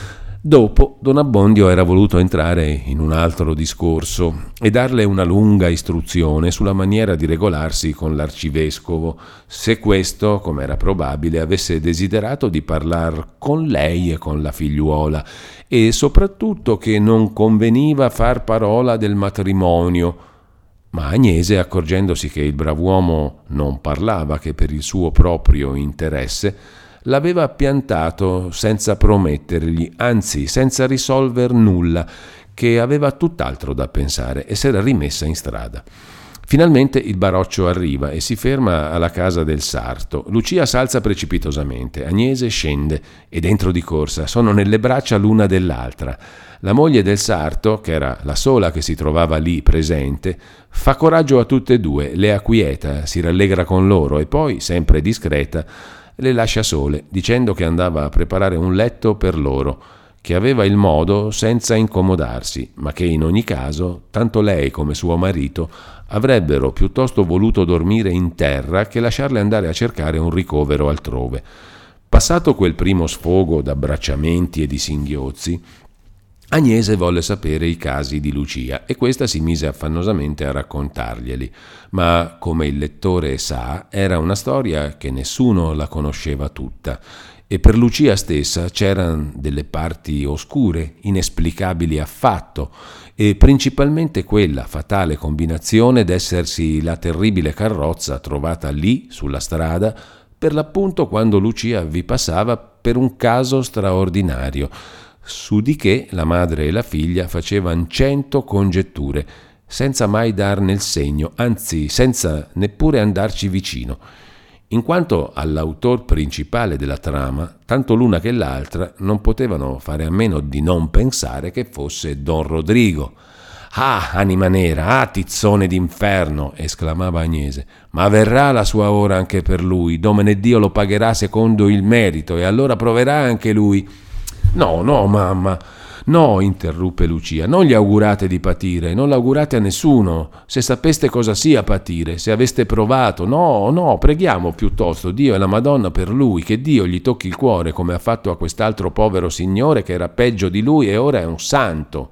Dopo, Don Abbondio era voluto entrare in un altro discorso e darle una lunga istruzione sulla maniera di regolarsi con l'arcivescovo, se questo, come era probabile, avesse desiderato di parlar con lei e con la figliuola, e soprattutto che non conveniva far parola del matrimonio. Ma Agnese, accorgendosi che il brav'uomo non parlava che per il suo proprio interesse, l'aveva piantato senza promettergli, anzi senza risolver nulla, che aveva tutt'altro da pensare e s'era rimessa in strada. Finalmente il baroccio arriva e si ferma alla casa del sarto. Lucia s'alza precipitosamente, Agnese scende e dentro di corsa sono nelle braccia l'una dell'altra. La moglie del sarto, che era la sola che si trovava lì presente, fa coraggio a tutte e due, le acquieta, si rallegra con loro e poi, sempre discreta, le lascia sole, dicendo che andava a preparare un letto per loro, che aveva il modo senza incomodarsi, ma che in ogni caso, tanto lei come suo marito avrebbero piuttosto voluto dormire in terra che lasciarle andare a cercare un ricovero altrove. Passato quel primo sfogo d'abbracciamenti e di singhiozzi, Agnese volle sapere i casi di Lucia e questa si mise affannosamente a raccontarglieli, ma come il lettore sa, era una storia che nessuno la conosceva tutta e per Lucia stessa c'erano delle parti oscure, inesplicabili affatto, e principalmente quella fatale combinazione d'essersi la terribile carrozza trovata lì sulla strada per l'appunto quando Lucia vi passava per un caso straordinario, su di che la madre e la figlia facevano cento congetture, senza mai darne il segno, anzi senza neppure andarci vicino. In quanto all'autor principale della trama, tanto l'una che l'altra non potevano fare a meno di non pensare che fosse Don Rodrigo. «Ah, anima nera, ah, tizzone d'inferno!» esclamava Agnese. «Ma verrà la sua ora anche per lui, domine Dio lo pagherà secondo il merito, e allora proverà anche lui». «No, no, mamma, no», interruppe Lucia, «non gli augurate di patire, non l'augurate a nessuno, se sapeste cosa sia patire, se aveste provato, no, no, preghiamo piuttosto Dio e la Madonna per lui, che Dio gli tocchi il cuore come ha fatto a quest'altro povero signore che era peggio di lui e ora è un santo».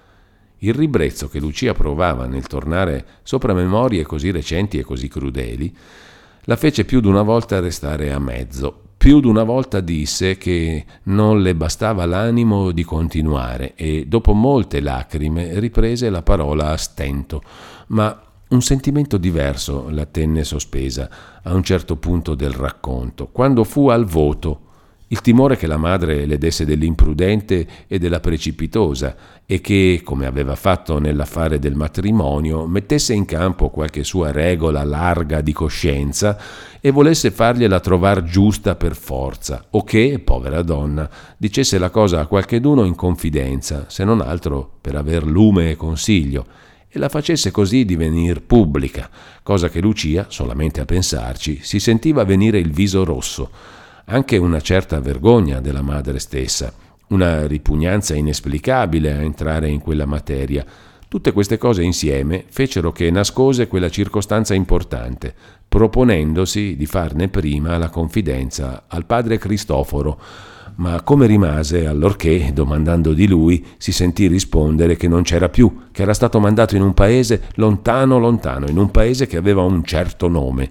Il ribrezzo che Lucia provava nel tornare sopra memorie così recenti e così crudeli la fece più d'una volta restare a mezzo. Più d'una volta disse che non le bastava l'animo di continuare e dopo molte lacrime riprese la parola a stento, ma un sentimento diverso la tenne sospesa a un certo punto del racconto, quando fu al voto. Il timore che la madre le desse dell'imprudente e della precipitosa e che, come aveva fatto nell'affare del matrimonio, mettesse in campo qualche sua regola larga di coscienza e volesse fargliela trovar giusta per forza, o che, povera donna, dicesse la cosa a qualcheduno in confidenza, se non altro per aver lume e consiglio, e la facesse così divenir pubblica, cosa che Lucia, solamente a pensarci, si sentiva venire il viso rosso. Anche una certa vergogna della madre stessa, una ripugnanza inesplicabile a entrare in quella materia. Tutte queste cose insieme fecero che nascose quella circostanza importante, proponendosi di farne prima la confidenza al padre Cristoforo, ma come rimase allorché, domandando di lui, si sentì rispondere che non c'era più, che era stato mandato in un paese lontano lontano, in un paese che aveva un certo nome.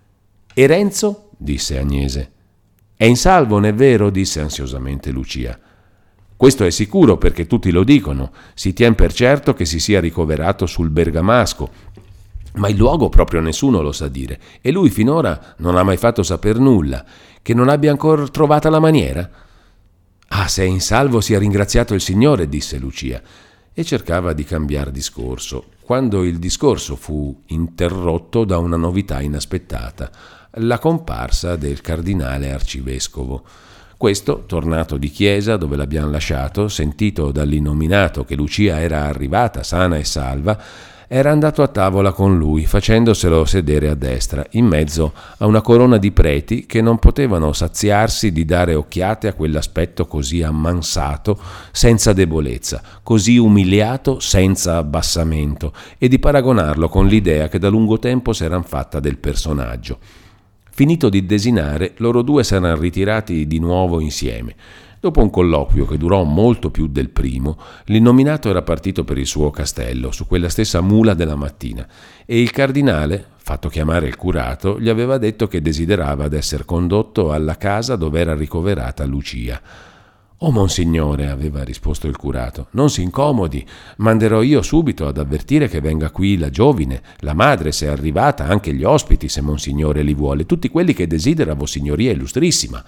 «E Renzo?» disse Agnese. «È in salvo, non è vero?» disse ansiosamente Lucia. «Questo è sicuro perché tutti lo dicono, si tien per certo che si sia ricoverato sul Bergamasco, ma il luogo proprio nessuno lo sa dire e lui finora non ha mai fatto saper nulla, che non abbia ancora trovata la maniera?» «Ah, se è in salvo sia ringraziato il Signore», disse Lucia, e cercava di cambiar discorso, quando il discorso fu interrotto da una novità inaspettata, la comparsa del cardinale arcivescovo. Questo, tornato di chiesa dove l'abbiamo lasciato, sentito dall'innominato che Lucia era arrivata sana e salva, era andato a tavola con lui, facendoselo sedere a destra, in mezzo a una corona di preti che non potevano saziarsi di dare occhiate a quell'aspetto così ammansato, senza debolezza, così umiliato, senza abbassamento, e di paragonarlo con l'idea che da lungo tempo s'eran fatta del personaggio. Finito di desinare, loro due s'erano ritirati di nuovo insieme. Dopo un colloquio che durò molto più del primo, l'innominato era partito per il suo castello, su quella stessa mula della mattina, e il cardinale, fatto chiamare il curato, gli aveva detto che desiderava d'esser condotto alla casa dove era ricoverata Lucia. «Oh, monsignore», aveva risposto il curato, «non si incomodi, manderò io subito ad avvertire che venga qui la giovine, la madre se è arrivata, anche gli ospiti se monsignore li vuole, tutti quelli che desidera Vossignoria Illustrissima».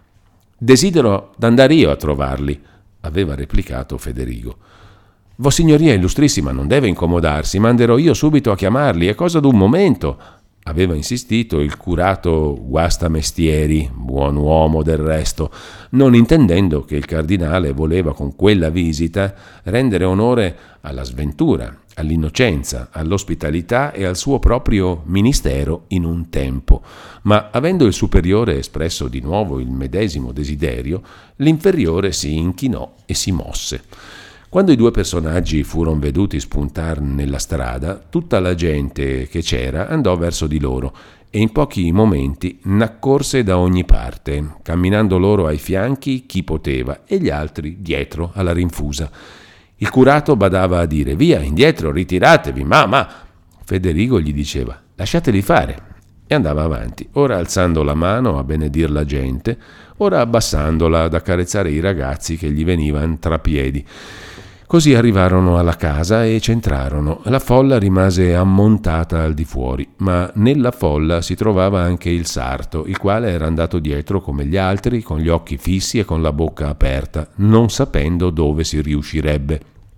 «Desidero d'andare io a trovarli», aveva replicato Federigo. «Vossignoria Illustrissima non deve incomodarsi, manderò io subito a chiamarli, è cosa d'un momento». aveva insistito il curato Guastamestieri, buon uomo del resto, non intendendo che il cardinale voleva con quella visita rendere onore alla sventura, all'innocenza, all'ospitalità e al suo proprio ministero in un tempo. Ma avendo il superiore espresso di nuovo il medesimo desiderio, l'inferiore si inchinò e si mosse. Quando i due personaggi furono veduti spuntar nella strada, tutta la gente che c'era andò verso di loro e in pochi momenti n'accorse da ogni parte, camminando loro ai fianchi chi poteva e gli altri dietro alla rinfusa. Il curato badava a dire: «Via, indietro, ritiratevi, ma, ma!» Federigo gli diceva: «Lasciateli fare!» e andava avanti, ora alzando la mano a benedir la gente, ora abbassandola ad accarezzare i ragazzi che gli venivano tra piedi. Così arrivarono alla casa e c'entrarono. La folla rimase ammontata al di fuori, ma nella folla si trovava anche il sarto, il quale era andato dietro come gli altri, con gli occhi fissi e con la bocca aperta, non sapendo dove si riuscirebbe.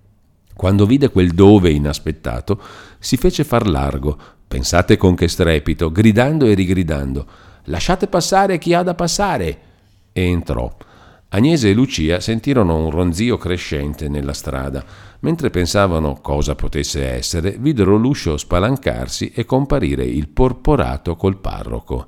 Quando vide quel dove inaspettato, si fece far largo, pensate con che strepito, gridando e rigridando: «Lasciate passare chi ha da passare!» E entrò. Agnese e Lucia sentirono un ronzio crescente nella strada. Mentre pensavano cosa potesse essere, videro l'uscio spalancarsi e comparire il porporato col parroco.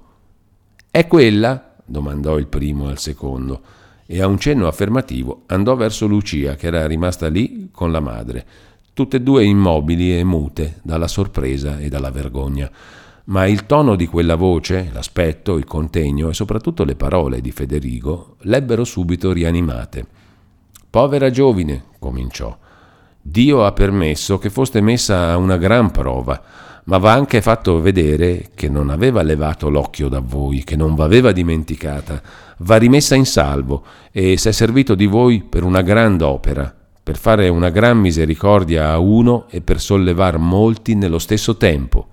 «È quella?» domandò il primo al secondo, e a un cenno affermativo andò verso Lucia, che era rimasta lì con la madre, tutte e due immobili e mute dalla sorpresa e dalla vergogna. Ma il tono di quella voce, l'aspetto, il contegno e soprattutto le parole di Federigo l'ebbero subito rianimate. «Povera giovine», cominciò, «Dio ha permesso che foste messa a una gran prova, ma va anche fatto vedere che non aveva levato l'occhio da voi, che non v'aveva dimenticata, va rimessa in salvo e s'è servito di voi per una grande opera, per fare una gran misericordia a uno e per sollevar molti nello stesso tempo».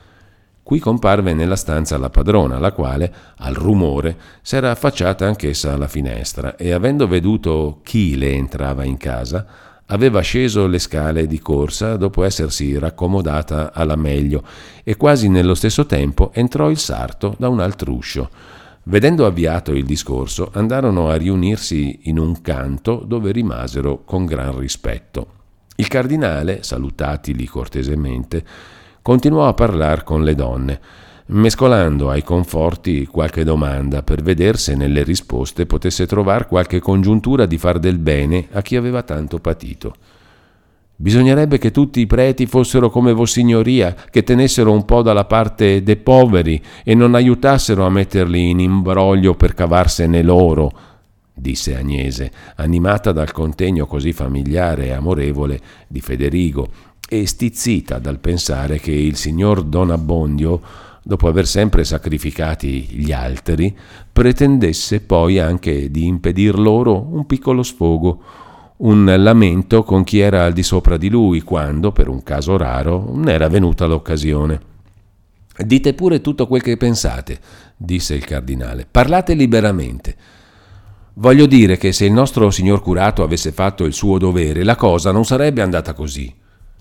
Qui comparve nella stanza la padrona, la quale, al rumore, s'era affacciata anch'essa alla finestra e, avendo veduto chi le entrava in casa, aveva sceso le scale di corsa dopo essersi raccomodata alla meglio e quasi nello stesso tempo entrò il sarto da un altro uscio. Vedendo avviato il discorso, andarono a riunirsi in un canto dove rimasero con gran rispetto. Il cardinale, salutatili cortesemente, continuò a parlar con le donne, mescolando ai conforti qualche domanda per vedere se nelle risposte potesse trovar qualche congiuntura di far del bene a chi aveva tanto patito. «Bisognerebbe che tutti i preti fossero come Vossignoria, che tenessero un po' dalla parte dei poveri e non aiutassero a metterli in imbroglio per cavarsene loro», disse Agnese, animata dal contegno così familiare e amorevole di Federigo, e stizzita dal pensare che il signor Don Abbondio, dopo aver sempre sacrificati gli altri, pretendesse poi anche di impedir loro un piccolo sfogo, un lamento con chi era al di sopra di lui, quando, per un caso raro, ne era venuta l'occasione. «Dite pure tutto quel che pensate», disse il cardinale, «parlate liberamente. Voglio dire che se il nostro signor curato avesse fatto il suo dovere, la cosa non sarebbe andata così».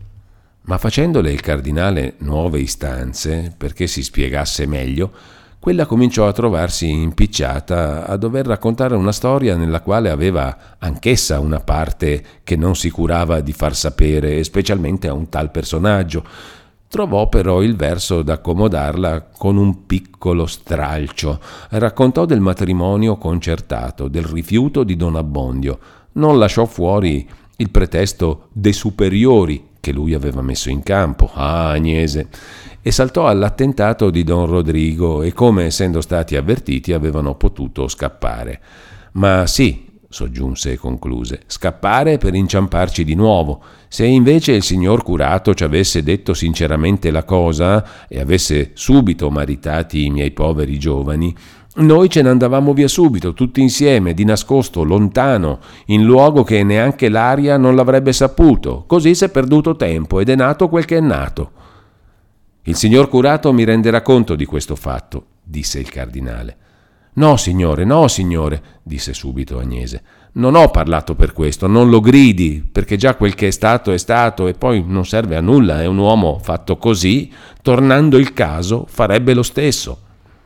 Ma facendole il cardinale nuove istanze perché si spiegasse meglio, quella cominciò a trovarsi impicciata a dover raccontare una storia nella quale aveva anch'essa una parte che non si curava di far sapere, specialmente a un tal personaggio. Trovò però il verso d'accomodarla con un piccolo stralcio. Raccontò del matrimonio concertato, del rifiuto di Don Abbondio. Non lasciò fuori il pretesto dei superiori che lui aveva messo in campo, ah Agnese, e saltò all'attentato di Don Rodrigo e come, essendo stati avvertiti, avevano potuto scappare. «Ma sì», soggiunse e concluse, «scappare per inciamparci di nuovo. Se invece il signor curato ci avesse detto sinceramente la cosa e avesse subito maritati i miei poveri giovani, noi ce ne andavamo via subito, tutti insieme, di nascosto, lontano, in luogo che neanche l'aria non l'avrebbe saputo. Così s'è perduto tempo ed è nato quel che è nato». «Il signor curato mi renderà conto di questo fatto», disse il cardinale. «No, signore, no, signore», disse subito Agnese. Non ho parlato per questo, non lo gridi, perché già quel che è stato è stato e poi non serve a nulla, è un uomo fatto così, tornando il caso farebbe lo stesso.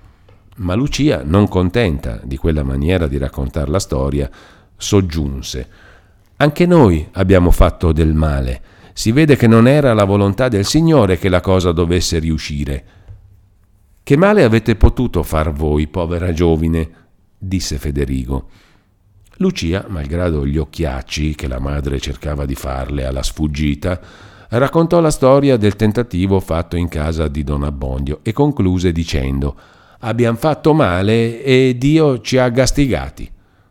Ma Lucia, non contenta di quella maniera di raccontare la storia, soggiunse: anche noi abbiamo fatto del male, si vede che non era la volontà del Signore che la cosa dovesse riuscire. Che male avete potuto far voi, povera giovine? Disse Federigo. Lucia, malgrado gli occhiacci che la madre cercava di farle alla sfuggita, raccontò la storia del tentativo fatto in casa di Don Abbondio e concluse dicendo: abbiamo fatto male e Dio ci ha gastigati.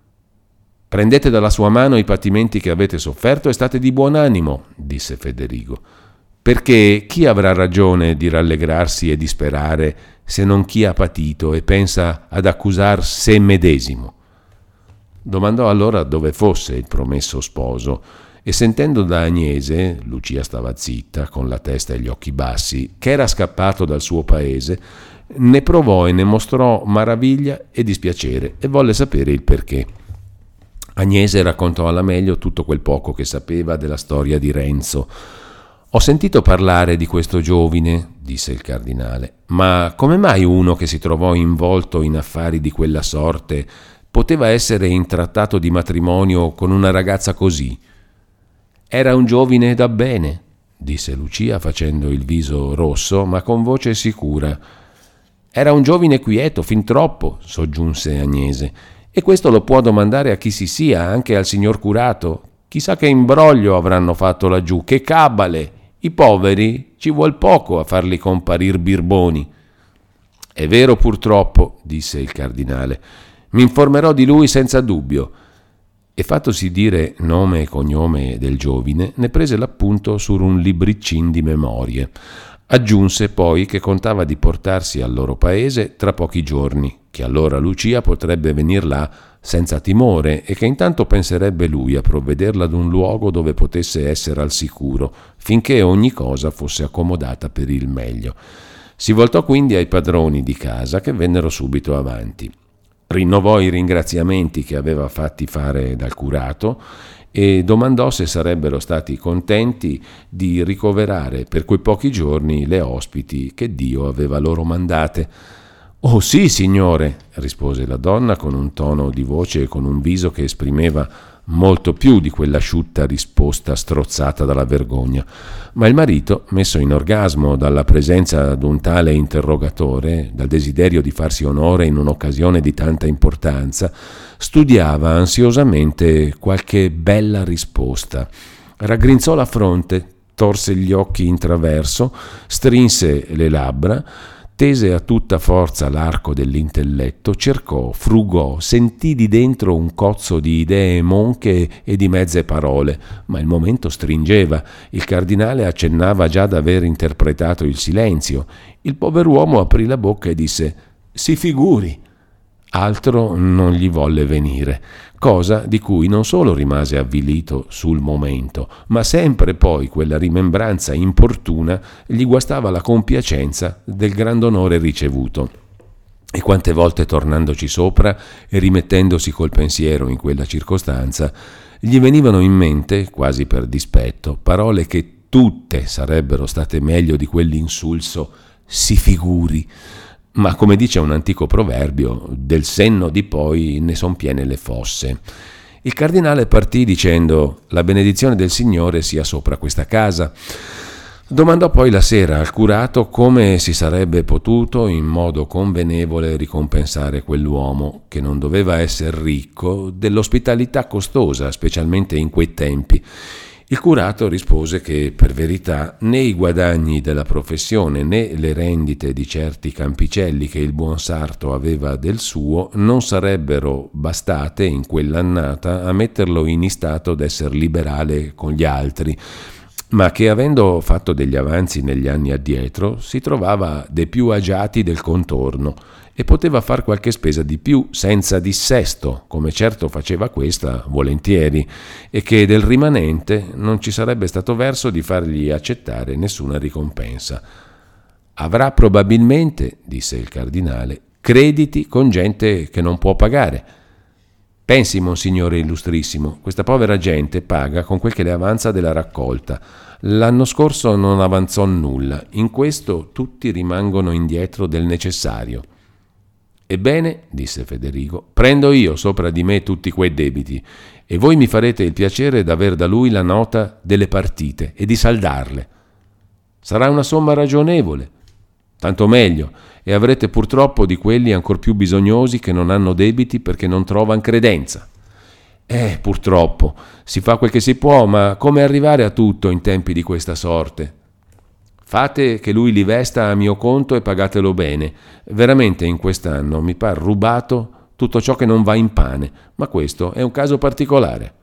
Prendete dalla sua mano i patimenti che avete sofferto e state di buon animo, disse Federigo, perché chi avrà ragione di rallegrarsi e di sperare se non chi ha patito e pensa ad accusar sé medesimo? Domandò allora dove fosse il promesso sposo e sentendo da Agnese, Lucia stava zitta, con la testa e gli occhi bassi, che era scappato dal suo paese, ne provò e ne mostrò maraviglia e dispiacere e volle sapere il perché. Agnese raccontò alla meglio tutto quel poco che sapeva della storia di Renzo. Ho sentito parlare di questo giovine, disse il cardinale, ma come mai uno che si trovò involto in affari di quella sorte poteva essere in trattato di matrimonio con una ragazza così? Era un giovine da bene, disse Lucia facendo il viso rosso ma con voce sicura. Era un giovine quieto, fin troppo, soggiunse Agnese, e questo lo può domandare a chi si sia, anche al signor curato. Chissà che imbroglio avranno fatto laggiù, che cabale! I poveri ci vuol poco a farli comparir birboni. È vero purtroppo, disse il cardinale. Mi informerò di lui senza dubbio. E fattosi dire nome e cognome del giovine, ne prese l'appunto su un libriccin di memorie. Aggiunse poi che contava di portarsi al loro paese tra pochi giorni, che allora Lucia potrebbe venir là senza timore e che intanto penserebbe lui a provvederla ad un luogo dove potesse essere al sicuro, finché ogni cosa fosse accomodata per il meglio. Si voltò quindi ai padroni di casa che vennero subito avanti. Rinnovò i ringraziamenti che aveva fatti fare dal curato e domandò se sarebbero stati contenti di ricoverare per quei pochi giorni le ospiti che Dio aveva loro mandate. «Oh sì, signore», rispose la donna con un tono di voce e con un viso che esprimeva molto più di quell'asciutta risposta strozzata dalla vergogna. Ma il marito, messo in orgasmo dalla presenza d'un tale interrogatore, dal desiderio di farsi onore in un'occasione di tanta importanza, studiava ansiosamente qualche bella risposta. Raggrinzò la fronte, torse gli occhi in traverso, strinse le labbra, tese a tutta forza l'arco dell'intelletto, cercò, frugò, sentì di dentro un cozzo di idee monche e di mezze parole, ma il momento stringeva. Il cardinale accennava già d'aver interpretato il silenzio. Il pover'uomo aprì la bocca e disse: «Si figuri». Altro non gli volle venire, cosa di cui non solo rimase avvilito sul momento, ma sempre poi quella rimembranza importuna gli guastava la compiacenza del grand'onore ricevuto. E quante volte tornandoci sopra e rimettendosi col pensiero in quella circostanza, gli venivano in mente, quasi per dispetto, parole che tutte sarebbero state meglio di quell'insulso «si figuri». Ma come dice un antico proverbio, del senno di poi ne son piene le fosse. Il cardinale partì dicendo: «La benedizione del Signore sia sopra questa casa». Domandò poi la sera al curato come si sarebbe potuto in modo convenevole ricompensare quell'uomo, che non doveva essere ricco, dell'ospitalità costosa, specialmente in quei tempi. Il curato rispose che, per verità, né i guadagni della professione né le rendite di certi campicelli che il buon sarto aveva del suo non sarebbero bastate in quell'annata a metterlo in istato d'esser liberale con gli altri, ma che avendo fatto degli avanzi negli anni addietro si trovava dei più agiati del contorno e poteva far qualche spesa di più senza dissesto, come certo faceva questa volentieri, e che del rimanente non ci sarebbe stato verso di fargli accettare nessuna ricompensa. Avrà probabilmente, disse il cardinale, crediti con gente che non può pagare. Pensi, Monsignore Illustrissimo, questa povera gente paga con quel che le avanza della raccolta. L'anno scorso non avanzò nulla, in questo tutti rimangono indietro del necessario. Ebbene, disse Federico, prendo io sopra di me tutti quei debiti e voi mi farete il piacere d'aver da lui la nota delle partite e di saldarle. Sarà una somma ragionevole, tanto meglio, e avrete purtroppo di quelli ancor più bisognosi che non hanno debiti perché non trovano credenza. Eh, purtroppo, si fa quel che si può, ma come arrivare a tutto in tempi di questa sorte? Fate che lui li vesta a mio conto e pagatelo bene. Veramente in quest'anno mi par rubato tutto ciò che non va in pane, ma questo è un caso particolare.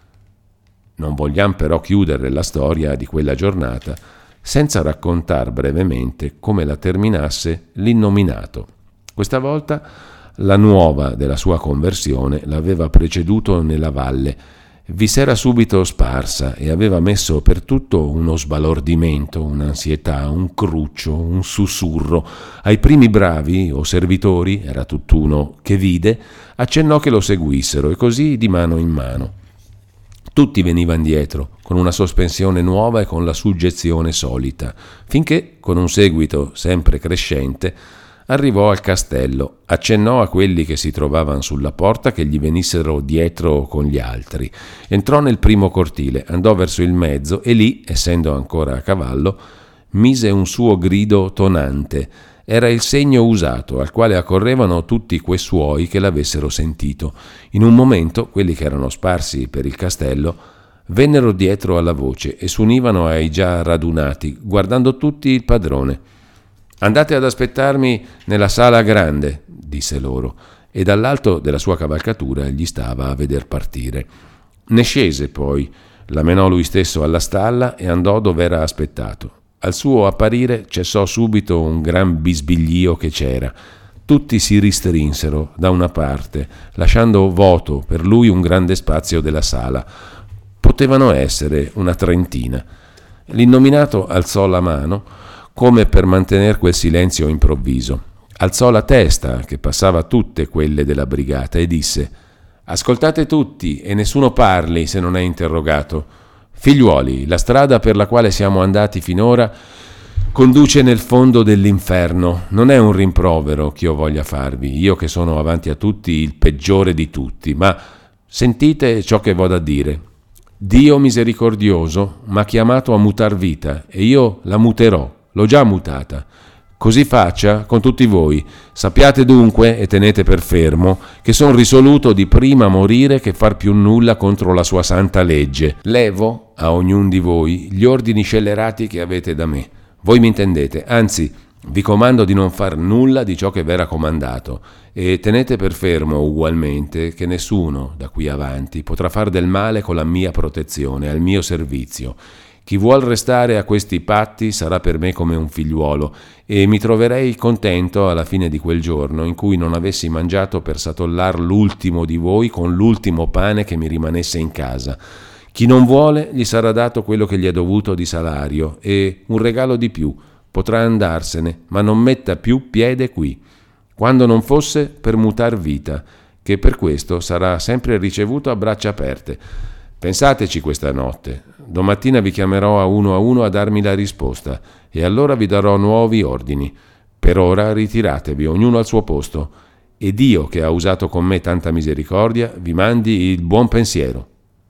Non vogliamo però chiudere la storia di quella giornata senza raccontar brevemente come la terminasse l'innominato. Questa volta la nuova della sua conversione l'aveva preceduto nella valle. Vi s'era subito sparsa e aveva messo per tutto uno sbalordimento, un'ansietà, un cruccio, un sussurro. Ai primi bravi o servitori, era tutt'uno, che vide, accennò che lo seguissero e così di mano in mano. Tutti venivano dietro, con una sospensione nuova e con la suggezione solita, finché, con un seguito sempre crescente, arrivò al castello, accennò a quelli che si trovavano sulla porta che gli venissero dietro con gli altri. Entrò nel primo cortile, andò verso il mezzo e lì, essendo ancora a cavallo, mise un suo grido tonante. Era il segno usato, al quale accorrevano tutti quei suoi che l'avessero sentito. In un momento, quelli che erano sparsi per il castello vennero dietro alla voce e s'univano ai già radunati, guardando tutti il padrone. «Andate ad aspettarmi nella sala grande», disse loro, e dall'alto della sua cavalcatura gli stava a veder partire. Ne scese poi, la menò lui stesso alla stalla e andò dov'era aspettato. Al suo apparire cessò subito un gran bisbiglio che c'era. Tutti si ristrinsero da una parte, lasciando vuoto per lui un grande spazio della sala. Potevano essere una trentina. L'innominato alzò la mano come per mantenere quel silenzio improvviso. Alzò la testa, che passava tutte quelle della brigata, e disse: «Ascoltate tutti e nessuno parli se non è interrogato. Figliuoli, la strada per la quale siamo andati finora conduce nel fondo dell'inferno. Non è un rimprovero che io voglia farvi, io che sono avanti a tutti il peggiore di tutti, ma sentite ciò che vado a dire. Dio misericordioso m'ha chiamato a mutar vita e io la muterò, l'ho già mutata. Così faccia con tutti voi. Sappiate dunque, e tenete per fermo, che son risoluto di prima morire che far più nulla contro la sua santa legge. Levo a ognun di voi gli ordini scellerati che avete da me. Voi mi intendete, anzi, vi comando di non far nulla di ciò che v'era comandato, e tenete per fermo ugualmente che nessuno da qui avanti potrà far del male con la mia protezione, al mio servizio. Chi vuol restare a questi patti sarà per me come un figliuolo e mi troverei contento alla fine di quel giorno in cui non avessi mangiato per satollar l'ultimo di voi con l'ultimo pane che mi rimanesse in casa. Chi non vuole gli sarà dato quello che gli è dovuto di salario e un regalo di più. Potrà andarsene, ma non metta più piede qui, quando non fosse per mutar vita, che per questo sarà sempre ricevuto a braccia aperte. Pensateci questa notte. Domattina vi chiamerò a uno a uno a darmi la risposta e allora vi darò nuovi ordini. Per ora ritiratevi, ognuno al suo posto, e Dio, che ha usato con me tanta misericordia, vi mandi il buon pensiero».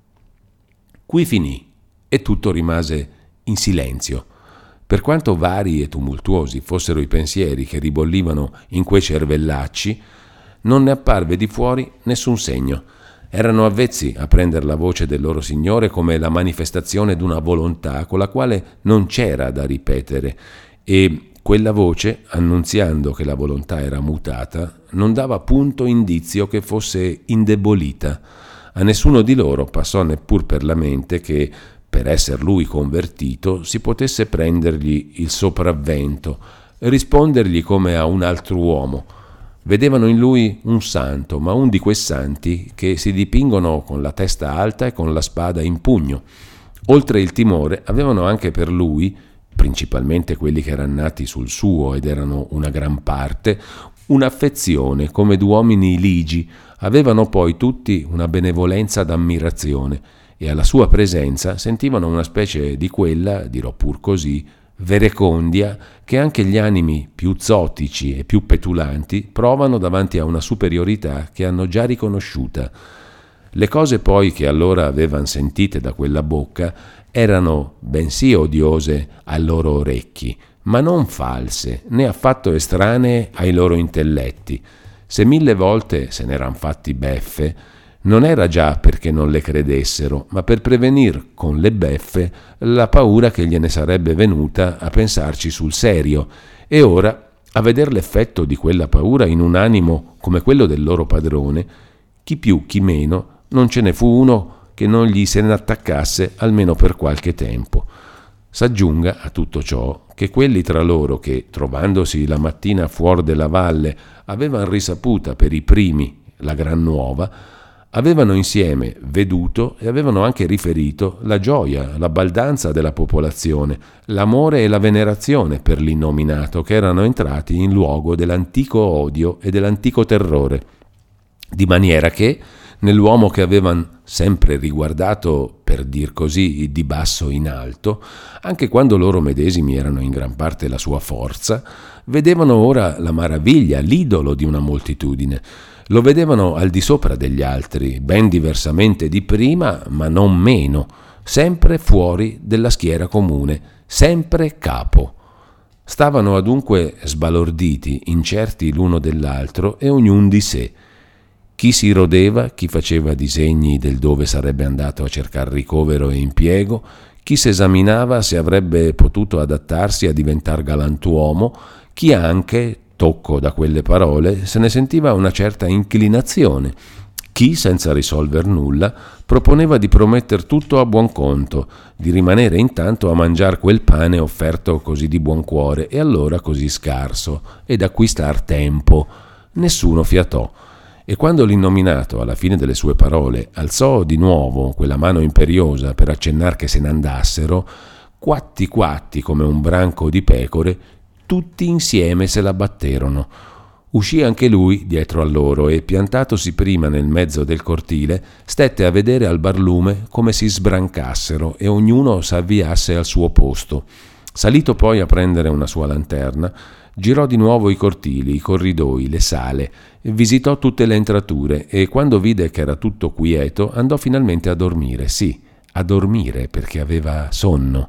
Qui finì e tutto rimase in silenzio. Per quanto vari e tumultuosi fossero i pensieri che ribollivano in quei cervellacci, non ne apparve di fuori nessun segno. Erano avvezzi a prendere la voce del loro Signore come la manifestazione d'una volontà con la quale non c'era da ripetere, e quella voce, annunziando che la volontà era mutata, non dava punto indizio che fosse indebolita. A nessuno di loro passò neppur per la mente che, per esser lui convertito, si potesse prendergli il sopravvento e rispondergli come a un altro uomo. Vedevano in lui un santo, ma un di quei santi che si dipingono con la testa alta e con la spada in pugno. Oltre il timore, avevano anche per lui, principalmente quelli che erano nati sul suo ed erano una gran parte, un'affezione come d'uomini ligi, avevano poi tutti una benevolenza d'ammirazione e alla sua presenza sentivano una specie di quella, dirò pur così, verecondia che anche gli animi più zotici e più petulanti provano davanti a una superiorità che hanno già riconosciuta. Le cose poi che allora avevan sentite da quella bocca erano bensì odiose ai loro orecchi, ma non false, né affatto estranee ai loro intelletti. Se mille volte se n'eran fatti beffe, non era già perché non le credessero, ma per prevenir con le beffe la paura che gliene sarebbe venuta a pensarci sul serio. E ora, a veder l'effetto di quella paura in un animo come quello del loro padrone, chi più chi meno, non ce ne fu uno che non gli se ne attaccasse almeno per qualche tempo. S'aggiunga a tutto ciò che quelli tra loro che, trovandosi la mattina fuor della valle, avevan risaputa per i primi la gran nuova, avevano insieme veduto e avevano anche riferito la gioia, la baldanza della popolazione, l'amore e la venerazione per l'innominato che erano entrati in luogo dell'antico odio e dell'antico terrore, di maniera che nell'uomo che avevan sempre riguardato, per dir così, di basso in alto, anche quando loro medesimi erano in gran parte la sua forza, vedevano ora la maraviglia, l'idolo di una moltitudine. Lo vedevano al di sopra degli altri, ben diversamente di prima, ma non meno, sempre fuori della schiera comune, sempre capo. Stavano adunque sbalorditi, incerti l'uno dell'altro e ognun di sé. Chi si rodeva, chi faceva disegni del dove sarebbe andato a cercar ricovero e impiego, chi s'esaminava se avrebbe potuto adattarsi a diventar galantuomo, chi anche, tocco da quelle parole, se ne sentiva una certa inclinazione, chi, senza risolver nulla, proponeva di prometter tutto a buon conto, di rimanere intanto a mangiar quel pane offerto così di buon cuore e allora così scarso, ed acquistar tempo. Nessuno fiatò. E quando l'innominato, alla fine delle sue parole, alzò di nuovo quella mano imperiosa per accennar che se ne andassero, quatti quatti come un branco di pecore, tutti insieme se la batterono. Uscì anche lui dietro a loro e, piantatosi prima nel mezzo del cortile, stette a vedere al barlume come si sbrancassero e ognuno s'avviasse al suo posto. Salito poi a prendere una sua lanterna, girò di nuovo i cortili, i corridoi, le sale, visitò tutte le entrature e quando vide che era tutto quieto andò finalmente a dormire, sì, a dormire perché aveva sonno.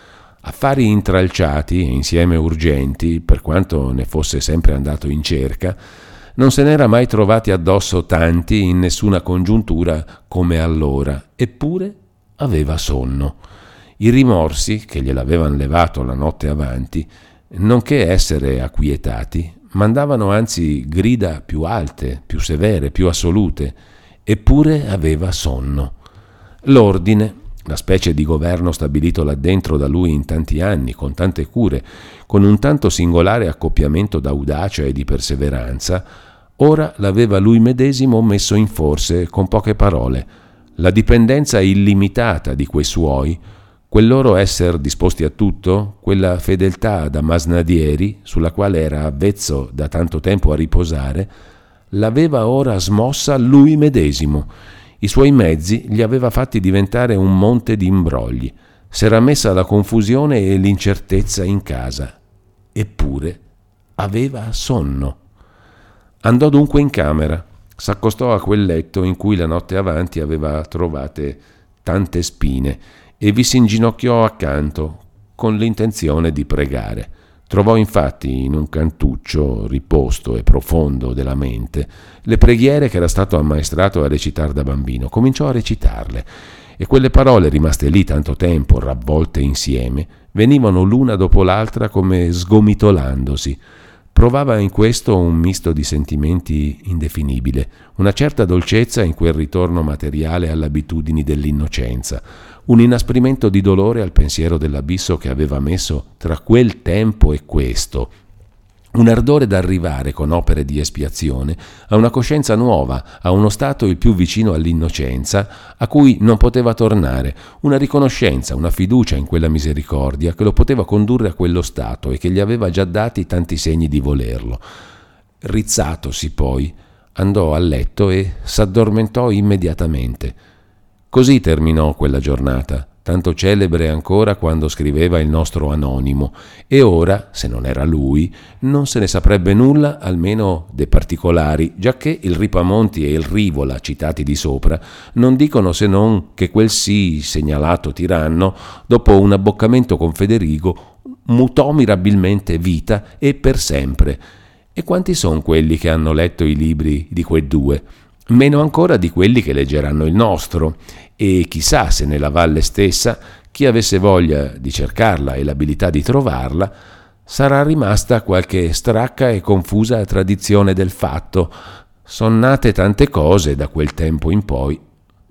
Affari intralciati e insieme urgenti, per quanto ne fosse sempre andato in cerca, non se n'era mai trovati addosso tanti in nessuna congiuntura come allora, eppure aveva sonno. I rimorsi che gliel'avevan levato la notte avanti, nonché essere acquietati, mandavano anzi grida più alte, più severe, più assolute, eppure aveva sonno. L'ordine, la specie di governo stabilito là dentro da lui in tanti anni, con tante cure, con un tanto singolare accoppiamento d'audacia e di perseveranza, ora l'aveva lui medesimo messo in forse con poche parole. La dipendenza illimitata di quei suoi, quel loro esser disposti a tutto, quella fedeltà da masnadieri, sulla quale era avvezzo da tanto tempo a riposare, l'aveva ora smossa lui medesimo. I suoi mezzi gli aveva fatti diventare un monte di imbrogli. S'era messa la confusione e l'incertezza in casa. Eppure aveva sonno. Andò dunque in camera, s'accostò a quel letto in cui la notte avanti aveva trovate tante spine e vi s'inginocchiò accanto con l'intenzione di pregare. Trovò infatti in un cantuccio riposto e profondo della mente le preghiere che era stato ammaestrato a recitare da bambino. Cominciò a recitarle e quelle parole rimaste lì tanto tempo ravvolte insieme venivano l'una dopo l'altra come sgomitolandosi. Provava in questo un misto di sentimenti indefinibile, una certa dolcezza in quel ritorno materiale alle abitudini dell'innocenza, un inasprimento di dolore al pensiero dell'abisso che aveva messo tra quel tempo e questo, un ardore d'arrivare con opere di espiazione a una coscienza nuova, a uno stato il più vicino all'innocenza a cui non poteva tornare, una riconoscenza, una fiducia in quella misericordia che lo poteva condurre a quello stato e che gli aveva già dati tanti segni di volerlo. Rizzatosi poi, andò a letto e s'addormentò immediatamente. Così terminò quella giornata, tanto celebre ancora quando scriveva il nostro anonimo, e ora, se non era lui, non se ne saprebbe nulla, almeno dei particolari, giacché il Ripamonti e il Rivola, citati di sopra, non dicono se non che quel sì segnalato tiranno, dopo un abboccamento con Federigo, mutò mirabilmente vita e per sempre. E quanti son quelli che hanno letto i libri di quei due? Meno ancora di quelli che leggeranno il nostro, e chissà se nella valle stessa chi avesse voglia di cercarla e l'abilità di trovarla sarà rimasta qualche stracca e confusa tradizione del fatto. Son nate tante cose da quel tempo in poi